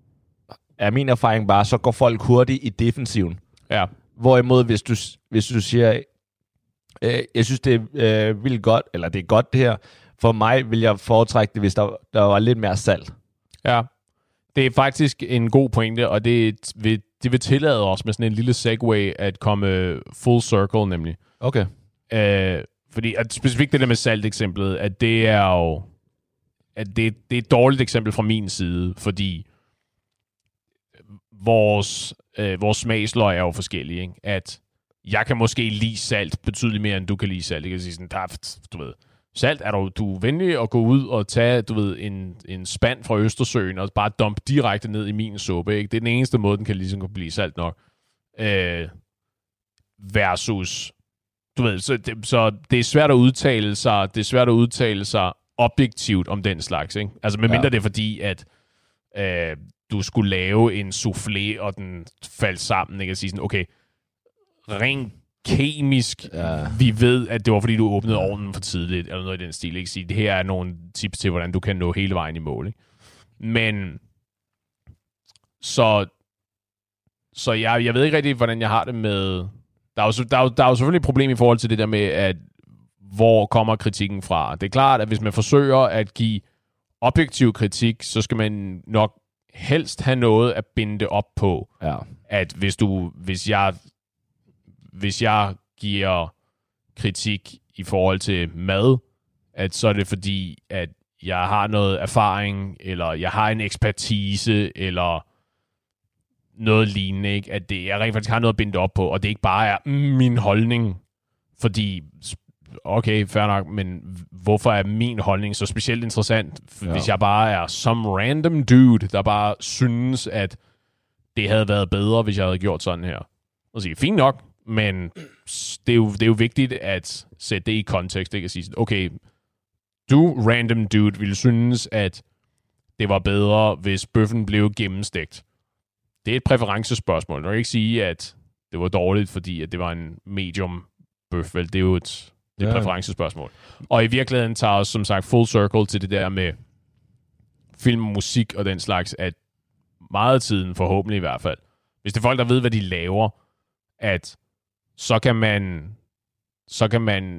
er min erfaring bare, så går folk hurtigt i defensiven. Ja. Hvorimod, hvis du, hvis du siger, øh, jeg synes, det er øh, vildt godt, eller det er godt det her, for mig vil jeg foretrække det, hvis der, der var lidt mere salt. Ja, det er faktisk en god pointe, og det vil, det vil tillade os med sådan en lille segue at komme full circle, nemlig. Okay. Øh, fordi at specifikt det der med salt-eksemplet, at det er jo at det, det er et dårligt eksempel fra min side, fordi vores, øh, vores smagsløg er jo forskellige, ikke? At jeg kan måske lide salt betydeligt mere, end du kan lide salt. Jeg kan sige sådan, der, du ved, salt er du, du er venlig at gå ud og tage, du ved, en, en spand fra Østersøen og bare dumpe direkte ned i min suppe, ikke? Det er den eneste måde, den kan ligesom blive salt nok. Øh, versus, du ved, så det, så det er svært at udtale sig, det er svært at udtale sig objektivt om den slags, ikke? Altså medmindre ja. det er fordi, at øh, du skulle lave en soufflé, og den faldt sammen, ikke? At sige sådan, okay, rent kemisk, ja. vi ved, at det var fordi, du åbnede ovnen for tidligt, eller noget i den stil, ikke? Sige, det her er nogle tips til, hvordan du kan nå hele vejen i mål, ikke? Men så så jeg, jeg ved ikke rigtig, hvordan jeg har det med... Der er, jo, der, er jo, der er jo selvfølgelig et problem i forhold til det der med, at hvor kommer kritikken fra? Det er klart, at hvis man forsøger at give objektiv kritik, så skal man nok helst have noget at binde det op på. Ja. At hvis du, hvis jeg, hvis jeg giver kritik i forhold til mad, at så er det fordi, at jeg har noget erfaring, eller jeg har en ekspertise, eller noget lignende, ikke? At det, jeg rent faktisk har noget at binde det op på, og det ikke bare er mm, min holdning, fordi okay, fair nok, men hvorfor er min holdning så specielt interessant, ja. hvis jeg bare er some random dude, der bare synes, at det havde været bedre, hvis jeg havde gjort sådan her. Og sige, fint nok, men det er jo, det er jo vigtigt at sætte det i kontekst, ikke? At sige, okay, du, random dude, ville synes, at det var bedre, hvis bøffen blev gennemstegt. Det er et præferencespørgsmål. Du kan ikke sige, at det var dårligt, fordi at det var en medium bøf. Det er jo et, det er et ja. præferencespørgsmål. Og i virkeligheden tager os, som sagt, full circle til det der med, film, musik og den slags, at meget af tiden, forhåbentlig i hvert fald, hvis det er folk, der ved, hvad de laver, at så kan man så kan man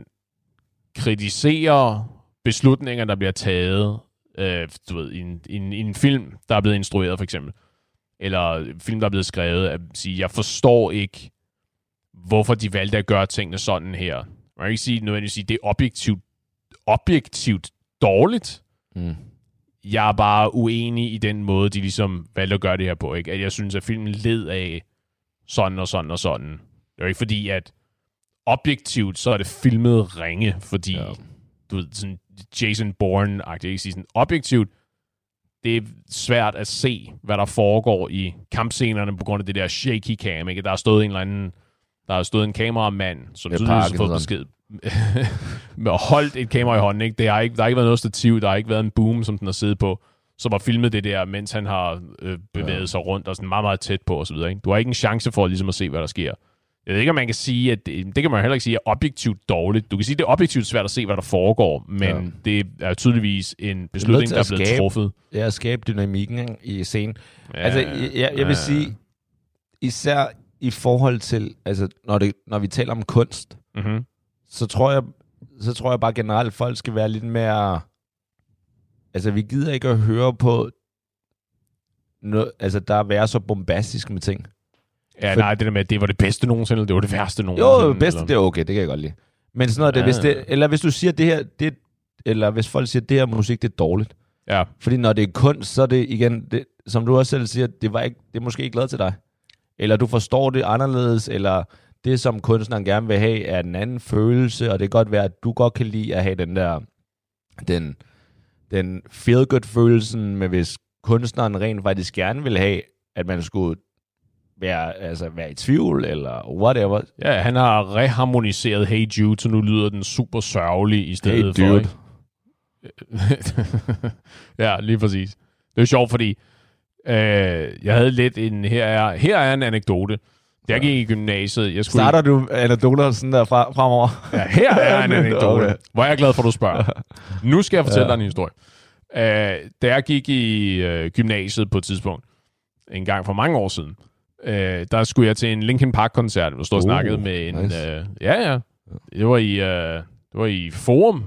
kritisere beslutninger, der bliver taget øh, du ved, i, en, i, en, i en film, der er blevet instrueret for eksempel, eller en film, der er blevet skrevet, at sige, jeg forstår ikke, hvorfor de valgte at gøre tingene sådan her. Man kan ikke sige, nødvendigvis sige, det er objektivt, objektivt dårligt. Mm. Jeg er bare uenig i den måde, de ligesom valgte at gøre det her på. Ikke? At jeg synes, at filmen led af sådan og sådan og sådan. Det er jo ikke fordi, at objektivt, så er det filmet ringe, fordi ja. du ved, sådan Jason Bourne-agtigt, ikke sige sådan objektivt, det er svært at se, hvad der foregår i kampscenerne på grund af det der shaky cam, ikke? Der er stået en eller anden, der er stået en kameramand, som tydeligvis har fået besked med at holde et kamera i hånden, ikke? Det har ikke, der har ikke været noget stativ, der har ikke været en boom, som den har siddet på, som har filmet det der, mens han har øh, bevæget ja. sig rundt og sådan meget, meget tæt på og så videre, ikke? Du har ikke en chance for ligesom at se, hvad der sker. Jeg ved ikke, om man kan sige, at det, det kan man heller ikke sige er objektivt dårligt. Du kan sige, at det er objektivt svært at se, hvad der foregår, men ja. det er tydeligvis en beslutning, der er blevet skabe, truffet. Ja, at skabe dynamikken, ikke, i scenen. Ja, altså, jeg, jeg, jeg vil ja. sige, især i forhold til, altså, når, det, når vi taler om kunst, mm-hmm. så, tror jeg, så tror jeg bare generelt, at folk skal være lidt mere... Altså, vi gider ikke at høre på, noget, altså, der er være så bombastisk med ting. Ja, for, nej, det der med, at det var det bedste nogensinde, eller det var det værste nogensinde. Jo, det bedste, eller? Det er okay, det kan jeg godt lide. Men sådan noget, det, ja, hvis det, eller hvis du siger det her, det, eller hvis folk siger, at det her musik, det er dårligt. Ja. Fordi når det er kunst, så er det igen, det, som du også selv siger, det, var ikke, det er måske ikke glad til dig. Eller du forstår det anderledes, eller det, som kunstneren gerne vil have, er en anden følelse, og det kan godt være, at du godt kan lide at have den der, den, den feel-good-følelsen, men hvis kunstneren rent faktisk gerne vil have, at man skulle være, altså, være i tvivl, eller whatever. Ja, han har reharmoniseret Hey Jude, så nu lyder den super sørgelig i stedet hey, for. Ikke? Ja, lige præcis. Det er sjovt, fordi øh, jeg havde lidt en... Her er, her er en anekdote. Jeg gik i gymnasiet. Jeg skulle... Starter du anekdoter sådan der fra, fremover? Ja, her er en anekdote. Hvor er jeg glad for, at du spørger. Nu skal jeg fortælle ja. dig en historie. Øh, da jeg gik i øh, gymnasiet på et tidspunkt, en gang for mange år siden, Øh, der skulle jeg til en Linkin Park-koncert, hvor jeg stod og snakkede uh, med en... Nice. Øh, ja, ja. Det var i, øh, det var i Forum.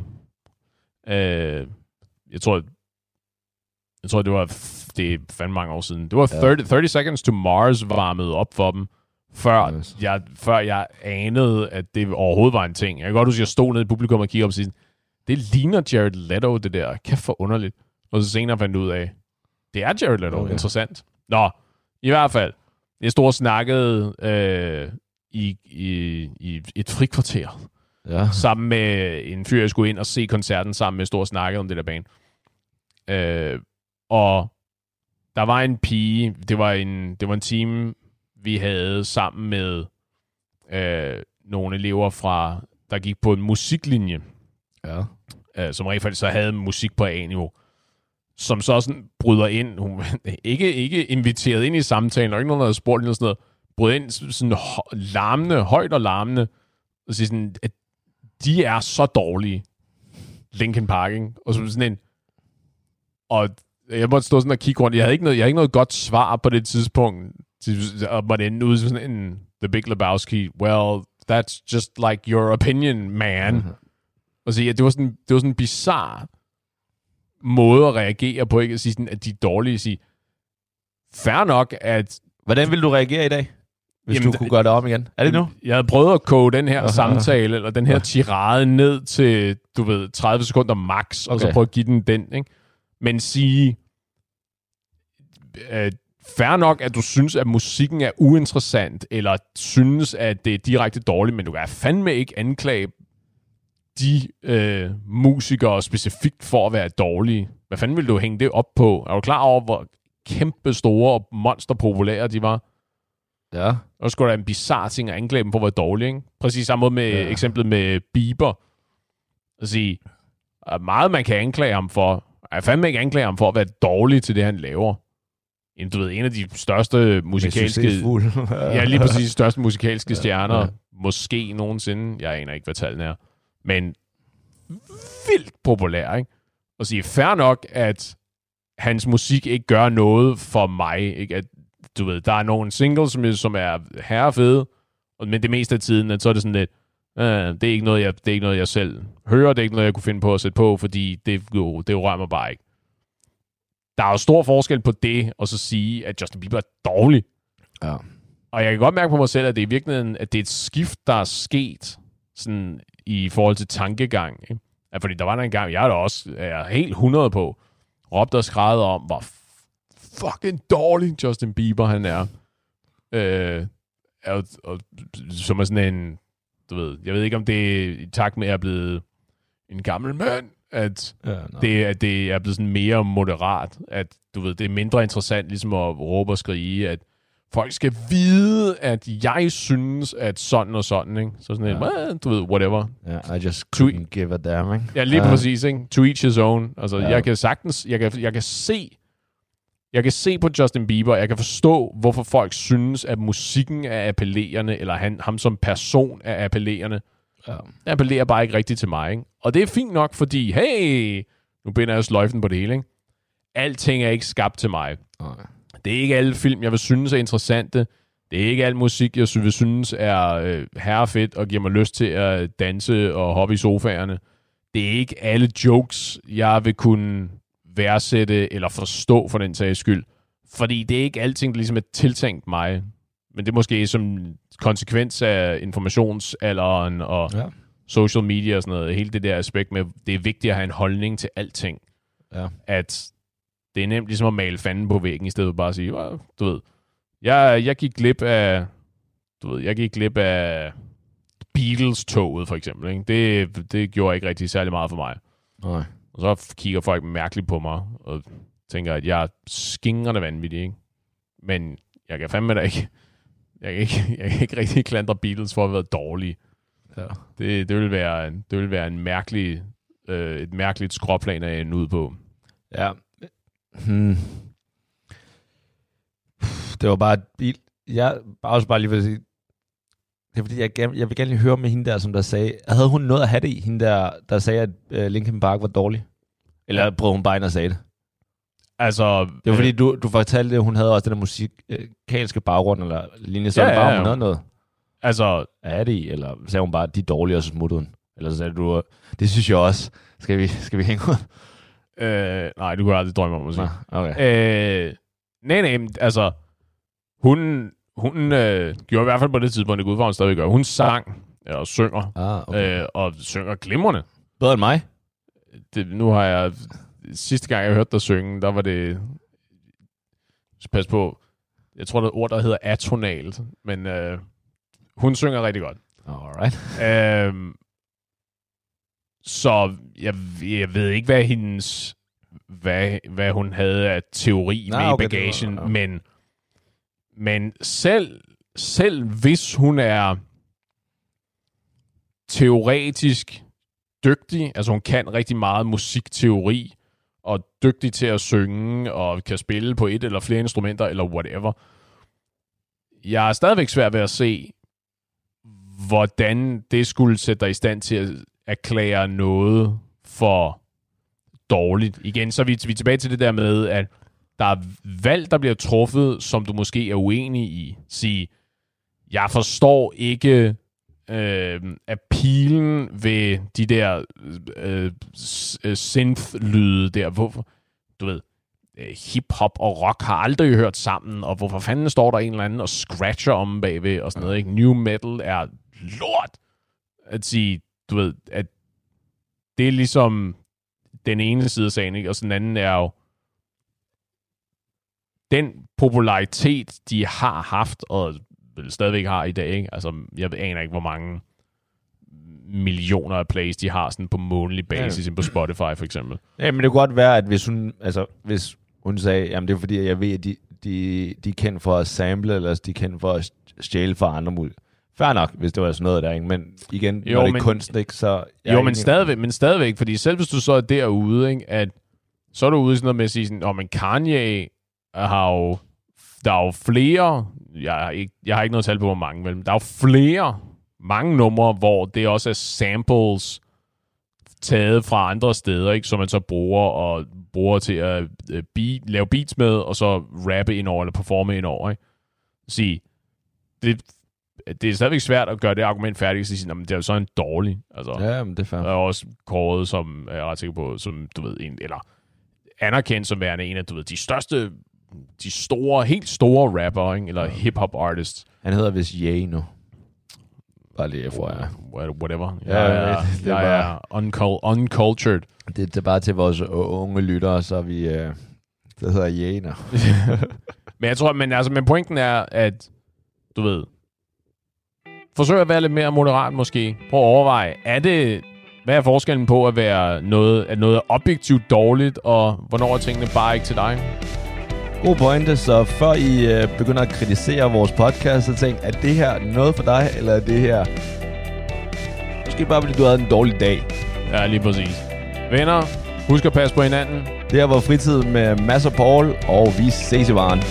Øh, jeg tror, jeg tror, det var... Det er fandme mange år siden. Det var thirty, thirty Seconds to Mars varmet op for dem, før, nice. jeg, før jeg anede, at det overhovedet var en ting. Jeg kan godt huske, at jeg stod nede i publikum og kiggede op og sige, det ligner Jared Leto, det der. Kæft for underligt. Og så senere fandt jeg ud af, det er Jared Leto. Okay. Interessant. Nå, i hvert fald. Jeg stod og snakkede øh, i, i, i et frikvarter ja. sammen med en fyr, jeg skulle ind og se koncerten sammen med, stod og snakkede om det der band. Øh, og der var en pige, det var en, det var en team, vi havde sammen med øh, nogle elever fra, der gik på en musiklinje, ja. øh, som rent faktisk så havde musik på A-niveau. Som så sådan bryder ind, hun ikke, ikke inviteret ind i samtalen, og ikke nogen, der havde spurgt eller sådan noget, bryder ind sådan larmende, højt og larmende, og siger sådan, at de er så dårlige, Linkin Park, ikke? Og så sådan en, og jeg måtte stå sådan og kigge rundt, jeg havde ikke noget, jeg havde ikke noget godt svar på det tidspunkt, og måtte ende ud sådan en, The Big Lebowski, well, that's just like your opinion, man. Mm-hmm. Og så ja, det var sådan, det var sådan en bizarre måde at reagere på, ikke at sige sådan, at de er dårlige, sige, fair nok, at... Hvordan vil du reagere i dag, hvis jamen, du kunne gøre det om igen? Er det nu? Jeg havde prøvet at koge den her uh-huh. samtale, eller den her tirade ned til, du ved, tredive sekunder max, okay. og så prøve at give den den, ikke? Men sige, at fair nok, at du synes, at musikken er uinteressant, eller synes, at det er direkte dårligt, men du kan fandme ikke anklage de øh, musikere specifikt for at være dårlige. Hvad fanden vil du hænge det op på? Er du klar over, hvor kæmpe store og monsterpopulære de var? Ja. Og så skulle der en bizarre ting at anklage dem for at være dårlige, ikke? Præcis samme måde med ja. eksemplet med Bieber. At sige, at meget man kan anklage ham for, jeg fandme ikke anklage ham for at være dårlig til det, han laver. En, du ved, en af de største musikalske... ja, lige præcis de største musikalske stjerner. Ja, ja. Måske nogensinde. Jeg aner ikke, hvad tallene er. Men vildt populær, ikke? Og sige, fair nok, at hans musik ikke gør noget for mig. Ikke? At, du ved, der er nogle singles, som, som er herrefede, men det meste af tiden, at så er det sådan lidt, øh, det, er ikke noget, jeg, det er ikke noget, jeg selv hører, det er ikke noget, jeg kunne finde på at sætte på, fordi det, jo, det rører mig bare ikke. Der er jo stor forskel på det, og så sige, at Justin Bieber er dårlig. Ja. Og jeg kan godt mærke på mig selv, at det er i virkeligheden, at det er et skift, der er sket sådan, i forhold til tankegang. Ikke? Ja, fordi der var der en gang, jeg er da også er helt hundrede på, råbte og skrædede om, hvor fucking dårlig Justin Bieber han er. Øh, og, og, som er sådan en, du ved, jeg ved ikke, om det er i takt med, at jeg er blevet en gammel mand, at, ja, det, at det er blevet sådan mere moderat, at du ved, det er mindre interessant ligesom at råbe og skrige, at folk skal vide, at jeg synes, at sådan og sådan, ikke? Så sådan ja. en, du ved, whatever. Ja, yeah, I just couldn't give a damn, ikke? Ja, lige uh. præcis, ikke? To each his own. Altså, ja. jeg kan sagtens, jeg kan, jeg kan se, jeg kan se på Justin Bieber, jeg kan forstå, hvorfor folk synes, at musikken er appellerende, eller han, ham som person er appellerende. Ja. Det appellerer bare ikke rigtigt til mig, ikke? Og det er fint nok, fordi, hey, nu binder jeg sløjfen på det hele, ikke? Alting er ikke skabt til mig. Okay. Det er ikke alle film, jeg vil synes er interessante. Det er ikke al musik, jeg vil synes er øh, herrefedt og giver mig lyst til at danse og hoppe i sofaerne. Det er ikke alle jokes, jeg vil kunne værdsætte eller forstå for den sags skyld. Fordi det er ikke alting, der ligesom er tiltænkt mig. Men det er måske som konsekvens af informationsalderen og ja. social media og sådan noget. Hele det der aspekt med, det er vigtigt at have en holdning til alting. Ja. At det er nemt ligesom at male fanden på væggen, i stedet for bare at sige, du ved, jeg, jeg gik glip af, du ved, jeg gik glip af Beatles-toget, for eksempel. Ikke? Det, det gjorde ikke rigtig særlig meget for mig. Nej. Og så kigger folk mærkeligt på mig, og tænker, at jeg er skingrende vanvittig, ikke? Men jeg kan fandme da ikke, jeg kan ikke, jeg kan ikke rigtig klandre Beatles for at være dårlige. Ja. Det, det, vil være en, det vil være en mærkelig, øh, et mærkeligt skråplan at ende ud på. Ja. Hmm. Det var bare et bil. Jeg også bare lige vil sige, det er fordi, jeg, gerne, jeg vil gerne lige høre med hende der, som der sagde, havde hun noget at have det i, hende der, der sagde, at uh, Linkin Park var dårlig? Eller ja. Brød hun bare ind og sagde det? Altså... Det var fordi, du, du fortalte, at hun havde også den der musikalske baggrund, eller linje, så ja, bare, ja, ja. Hun havde noget. Altså... Er det i? Eller sagde hun bare, de er dårlige, og så smuttede hun? Eller så sagde du, det synes jeg også. Skal vi, skal vi hænge ud? Øh, nej, du kunne aldrig drømme om at sige. Okay. Øh, nej, nej, altså, hun, hun øh, gjorde i hvert fald på det tidspunkt, det går ud fra, hun stadig gør. Hun sang, og synger, ah, okay. øh, og synger glimrende. Bedre end mig? Det, nu har jeg, sidste gang jeg hørte dig synge, der var det, pas på, jeg tror, der er et ord, der hedder atonalt, men øh, hun synger rigtig godt. Alright. Øh, Så jeg, jeg ved ikke, hvad hendes, hvad, hvad hun havde af teori Nej, med okay, i bagagen, var, ja. men, men selv, selv hvis hun er teoretisk dygtig, altså hun kan rigtig meget musikteori, og dygtig til at synge, og kan spille på et eller flere instrumenter, eller whatever. Jeg er stadigvæk svært ved at se, hvordan det skulle sætte dig i stand til at erklære noget for dårligt. Igen, så er vi, vi er tilbage til det der med, at der er valg, der bliver truffet, som du måske er uenig i. Sige, jeg forstår ikke øh, appealen ved de der øh, synth-lyde der. Hvorfor? Du ved, hip-hop og rock har aldrig hørt sammen, og hvorfor fanden står der en eller anden og scratcher om bagved og sådan noget, ikke? New metal er lort. At sige, du ved, at det er ligesom den ene side af sagen, ikke? Og sådan den anden er jo den popularitet, de har haft, og vel stadigvæk har i dag, ikke? Altså, jeg aner ikke, hvor mange millioner af plays, de har sådan på månedlig basis, ja. På Spotify for eksempel. Ja, men det kunne godt være, at hvis hun, altså, hvis hun sagde, jamen det er fordi, jeg ved, at de, de, de er kendt for at sample, eller de er kendt for at stjæle fra andre mulige. Fair nok, hvis det var sådan noget der, ikke? Men igen, jo, når det er kunst, ikke, så... Jo, men stadigvæk, men stadigvæk, fordi selv hvis du så er derude, ikke, at så er du ude sådan noget med at sige sådan, åh, men Kanye har jo, der er jo flere, jeg har ikke, jeg har ikke noget tal på, hvor mange, men der er jo flere, mange numre, hvor det også er samples taget fra andre steder, ikke, som man så bruger og bruger til at øh, beat, lave beats med, og så rappe ind over, eller performe ind over. Ikke? Sige, det, det er stadigvæk svært at gøre det argument færdigt, og sige, at det er jo så en dårlig. Altså, Ja, men det er fair. der er også kåret, som jeg er ret sikker på, som du ved, en, eller anerkendt som værende en af, du ved, de største, de store, helt store rapper, ikke? Eller hip-hop artists. Han hedder vist Ye nu. Bare lige for jer. Whatever. Ja, jeg er, det, det er jeg bare, er uncul- uncultured. det, det er bare til vores unge lyttere, så vi... Øh, det hedder Ye nu. Men jeg tror, men, altså, men pointen er, at du ved, forsøg at være lidt mere moderat måske. Prøv at overveje, er det, hvad er forskellen på at være noget, at noget er objektivt dårligt, og hvornår er tingene bare ikke til dig? God pointe, så før I øh, begynder at kritisere vores podcast, så tænk, er det her noget for dig, eller er det her... Måske bare fordi du havde en dårlig dag. Ja, lige præcis. Venner, husk at passe på hinanden. Det her var Fritid med Mads og Paul, og vi ses i varen.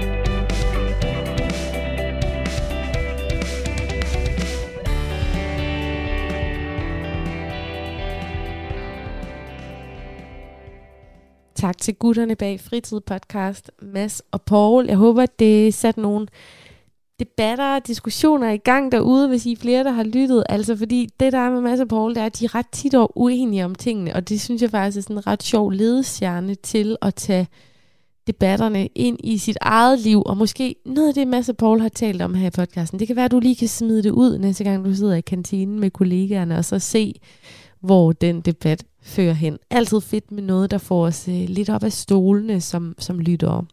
Tak til gutterne bag Fritid Podcast, Mads og Paul. Jeg håber, at det satte nogle debatter og diskussioner i gang derude, hvis I er flere, der har lyttet. Altså fordi det, der er med Mads og Paul, det er, at de er ret tit og uenige om tingene, og det synes jeg faktisk er sådan en ret sjov ledestjerne til at tage debatterne ind i sit eget liv, og måske noget af det, Mads og Paul har talt om her i podcasten. Det kan være, at du lige kan smide det ud, næste gang du sidder i kantinen med kollegaerne, og så se, hvor den debat fører hen. Altid fedt med noget, der får os øh, lidt op af stolene som, som lyttere.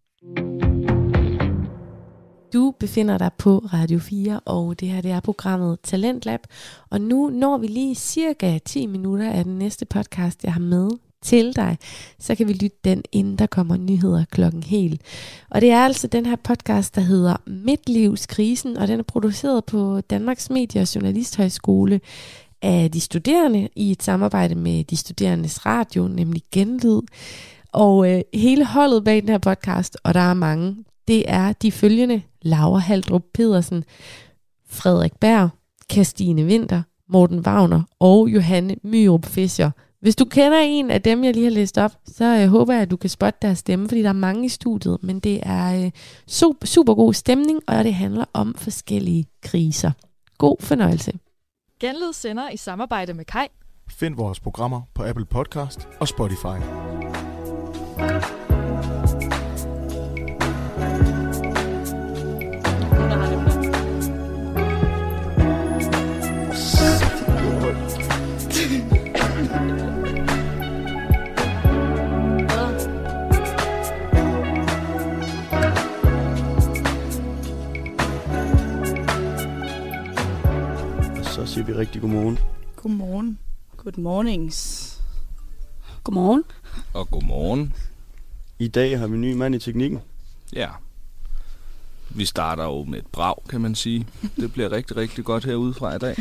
Du befinder dig på Radio fire, og det her det er programmet Talentlab. Og nu når vi lige cirka ti minutter af den næste podcast, jeg har med til dig, så kan vi lytte den, inden der kommer nyheder klokken helt. Og det er altså den her podcast, der hedder Midtlivskrisen, og den er produceret på Danmarks Medie- og Journalisthøjskole af de studerende i et samarbejde med de studerendes radio, nemlig Genlyd. Og øh, hele holdet bag den her podcast, og der er mange, det er de følgende: Laura Haldrup Pedersen, Frederik Berg, Kirstine Winter, Morten Wagner og Johanne Myrup Fischer. Hvis du kender en af dem, jeg lige har læst op, så øh, håber jeg, at du kan spotte deres stemme, fordi der er mange i studiet. Men det er øh, super, super god stemning, og det handler om forskellige kriser. God fornøjelse. Genlyd sender i samarbejde med Kai. Find vores programmer på Apple Podcast og Spotify. Så siger vi rigtig godmorgen. Godmorgen. Good mornings. Godmorgen. Og godmorgen. I dag har vi en ny mand i teknikken. Ja. Vi starter jo med et brag, kan man sige. Det bliver rigtig, rigtig godt herude fra i dag.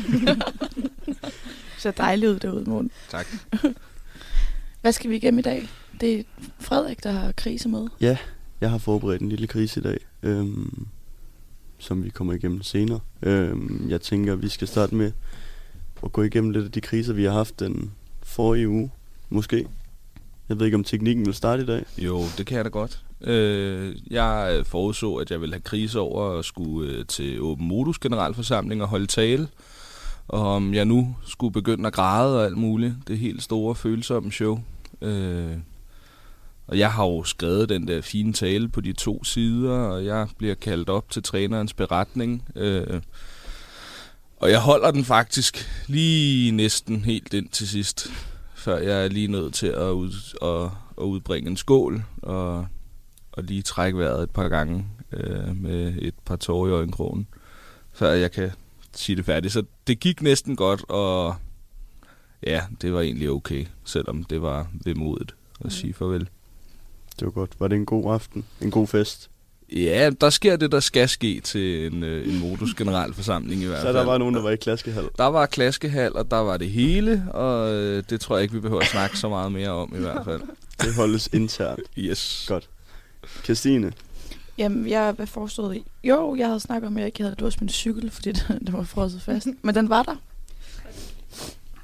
Så dejligt ud derude, Morten. Tak. Hvad skal vi igennem i dag? Det er Frederik, der har krise med. Ja, jeg har forberedt en lille krise i dag, øhm, som vi kommer igennem senere. Øhm, jeg tænker, at vi skal starte med at gå igennem lidt af de kriser, vi har haft den forrige uge, måske. Jeg ved ikke, om teknikken vil starte i dag. Jo, det kan jeg da godt. Øh, jeg forudså, at jeg ville have krise over at skulle øh, til Åben Modus generalforsamling og holde tale. Og om jeg nu skulle begynde at græde og alt muligt. Det helt store, følsomme show. Øh, og jeg har jo skrevet den der fine tale på de to sider, og jeg bliver kaldt op til trænerens beretning. Øh, og jeg holder den faktisk lige næsten helt ind til sidst, før jeg er lige nødt til at, ud, at, at udbringe en skål og, og lige trække vejret et par gange øh, med et par tårer i øjenkrogen, før jeg kan sige det færdigt. Så det gik næsten godt, og ja, det var egentlig okay, selvom det var vemodigt at sige farvel. Det var godt. Var det en god aften? En god fest? Ja, der sker det, der skal ske til en, en Modus generalforsamling i hvert fald. Så der var nogen, der var i klaskehal? Der var klaskehal, og der var det hele, og øh, det tror jeg ikke, vi behøver at snakke så meget mere om i hvert fald. Det holdes internt. Yes. Godt. Kirstine? Jamen, jeg hvad forestod i? Jo, jeg havde snakket om, at jeg ikke havde låst min cykel, fordi den, den var frosset fast. Men den var der.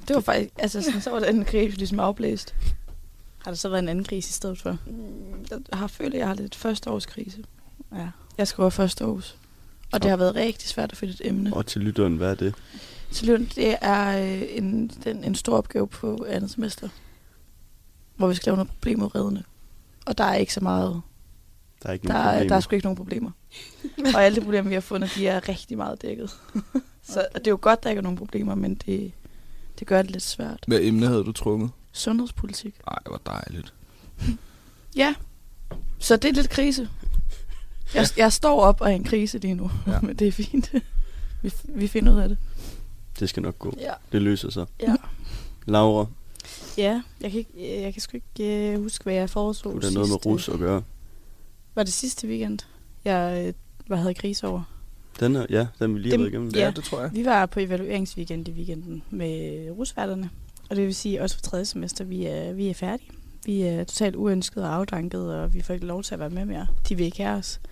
Det var faktisk, altså sådan, så var den krise ligesom afblæst. Har der så været en anden krise i stedet for? Mm, jeg har følt, at jeg har lidt førsteårskrise. Ja. Jeg skal over første års. Og det har været rigtig svært at finde et emne. Og til lytteren, hvad er det? Til lytteren, det er øh, en, den, en stor opgave på andet semester. Hvor vi skal lave noget problemudredende. Og der er ikke så meget. Der er ikke der, nogen problemer. der er sgu ikke nogen problemer. Og alle de problemer, vi har fundet, de er rigtig meget dækket. Så okay. Det er jo godt, der ikke er nogen problemer, men det, det gør det lidt svært. Hvad emne havde du trukket? Sundhedspolitik. Ej, hvor dejligt. Ja, så det er lidt krise. Jeg, jeg står op og er i en krise lige nu, ja. Men det er fint. Vi, vi finder ud af det. Det skal nok gå. Ja. Det løser sig. Ja. Laura? Ja, jeg kan, ikke, jeg kan sgu ikke uh, huske, hvad jeg foreslog sidste. Du har noget med rus at gøre. Var det sidste weekend, jeg uh, havde krise over? Den her, ja, den vi lige har været igennem. Ja, ja, det tror jeg. Vi var på evalueringsweekend i weekenden med rusværterne. Og det vil sige, også for tredje semester, vi er, vi er færdige. Vi er totalt uønsket og afdanket, og vi får ikke lov til at være med mere. De vil ikke have os.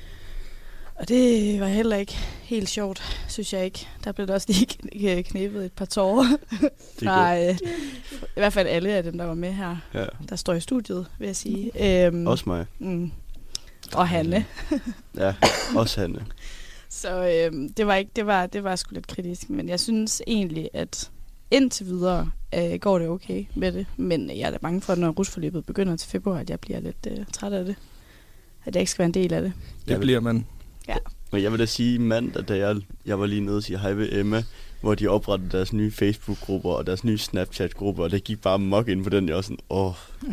Og det var heller ikke helt sjovt, synes jeg ikke. Der blev der også lige knæbet et par tårer. fra, øh, I hvert fald alle af dem, der var med her. Ja. Der står i studiet, vil jeg sige. Øhm, også mig. Mm, og Hanne. Ja, også Hanne. Så øhm, det var ikke, det var, det var sgu lidt kritisk. Men jeg synes egentlig, at indtil videre øh, går det okay med det. Men jeg er da bange for, når rusforløbet begynder til februar, at jeg bliver lidt øh, træt af det. At jeg ikke skal være en del af det. Det bliver man. Ja. Men jeg vil da sige mandag, da jeg, jeg var lige nede og sige hej ved Emma, hvor de oprettede deres nye Facebook-grupper og deres nye Snapchat-grupper, og det gik bare mok ind på den, jeg var sådan, åh.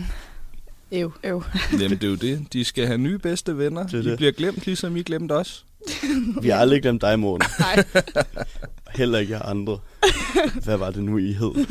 Øv, øv. Jamen det er jo det. De skal have nye bedste venner. Det de det. bliver glemt, ligesom I glemte os. Vi har aldrig glemt dig, Morten. Nej. Heller ikke jer andre. Hvad var det nu, I hed?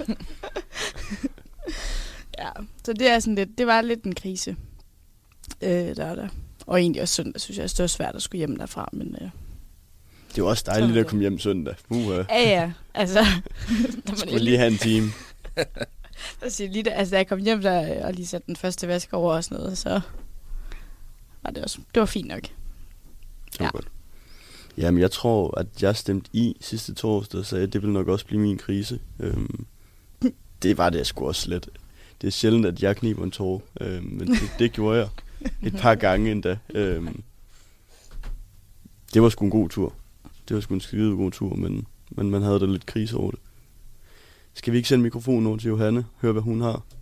Ja, så det er sådan lidt, det var lidt en krise. Øh, der er der. Og egentlig også søndag, synes jeg, det var svært at skulle hjem derfra, men... Øh, det var også dejligt at komme hjem søndag. Uh, ja, ja. Altså... man skulle lige have en time. altså, lige da, altså, da jeg kom hjem der, og lige satte den første vask over og sådan noget, så var det også... Det var fint nok. Det var ja. godt. Jamen, jeg tror, at jeg stemte i sidste torsdag og sagde, at det ville nok også blive min krise. Øhm, det var det sgu også slet. Det er sjældent, at jeg kniber en tårer, øhm, men det, det gjorde jeg et par gange endda. Øhm, det var sgu en god tur. Det var sgu en skide god tur, men, men man havde da lidt krise over det. Skal vi ikke sende mikrofonen over til Johanne? Høre, hvad hun har.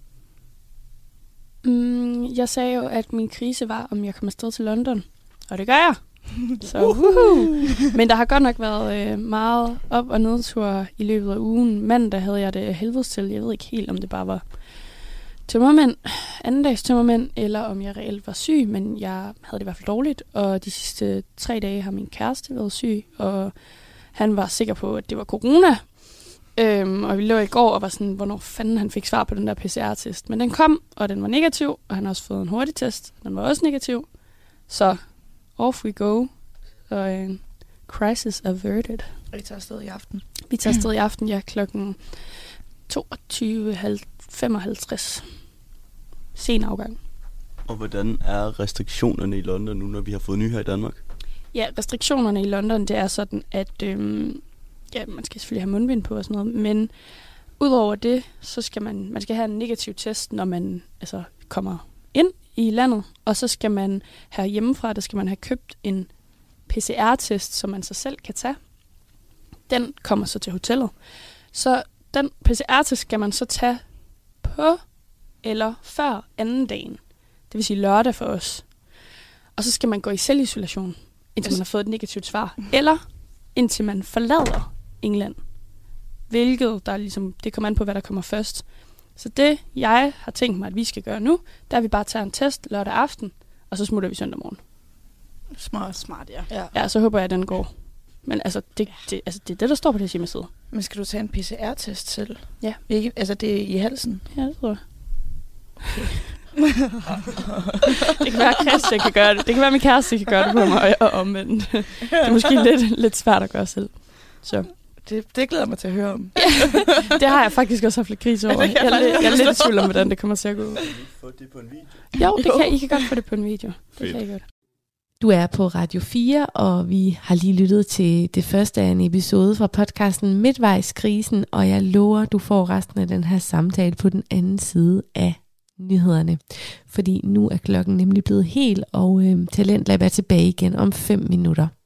Mm, jeg sagde jo, at min krise var, om jeg kom afsted til London. Og det gør jeg. Så, uh-huh. Men der har godt nok været øh, meget op- og nedtur i løbet af ugen. Mandag havde jeg det helvedes til. Jeg ved ikke helt, om det bare var tømmermænd, andendags tømmermænd, eller om jeg reelt var syg, men jeg havde det i hvert fald dårligt. Og de sidste tre dage har min kæreste været syg, og han var sikker på, at det var corona. Øhm, og vi lå i går og var sådan, hvornår fanden han fik svar på den der P C R-test. Men den kom, og den var negativ, og han har også fået en hurtig test. Den var også negativ. Så off we go. Og uh, crisis averted. Og I tager afsted i aften? Vi tager afsted i aften, ja, klokken toogtyve femoghalvtreds. Sen afgang. Og hvordan er restriktionerne i London nu, når vi har fået nye her i Danmark? Ja, restriktionerne i London, det er sådan, at øhm, ja, man skal selvfølgelig have mundbind på og sådan noget, men udover det, så skal man, man skal have en negativ test, når man altså, kommer ind i landet, og så skal man her hjemmefra, der skal man have købt en P C R-test, som man så selv kan tage. Den kommer så til hotellet. Så den P C R-test skal man så tage på eller før anden dagen. Det vil sige lørdag for os. Og så skal man gå i selvisolation, indtil man har fået et negativt svar. Eller indtil man forlader England. Hvilket, der ligesom, det kommer an på, hvad der kommer først. Så det, jeg har tænkt mig, at vi skal gøre nu, der er vi bare tager en test lørdag aften, og så smutter vi søndag morgen. Smart. Smart, ja. Ja, ja så håber jeg, at den går. Men altså, det, det, altså, det er det, der står på det hjemmeside. Men skal du tage en P C R-test selv? Ja. Ikke, altså, det er i halsen? Ja, det tror jeg. Okay. Det kan være, at Christian kan gøre det. Det kan være, at min kæreste kan gøre det på mig, og omvendt. Det er måske lidt, lidt svært at gøre selv. Så. Det, det glæder mig til at høre om. Det har jeg faktisk også haft lidt krise over. Jeg, jeg, jeg, jeg er lidt i tvivl om, hvordan det kommer til at gå. Kan I få det på en video? Jo, det kan, I kan godt få det på en video. Det kan I godt. Du er på Radio fire, og vi har lige lyttet til det første af en episode fra podcasten Midtvejskrisen, og jeg lover, du får resten af den her samtale på den anden side af nyhederne. Fordi nu er klokken nemlig blevet helt, og øh, Talentlab er tilbage igen om fem minutter.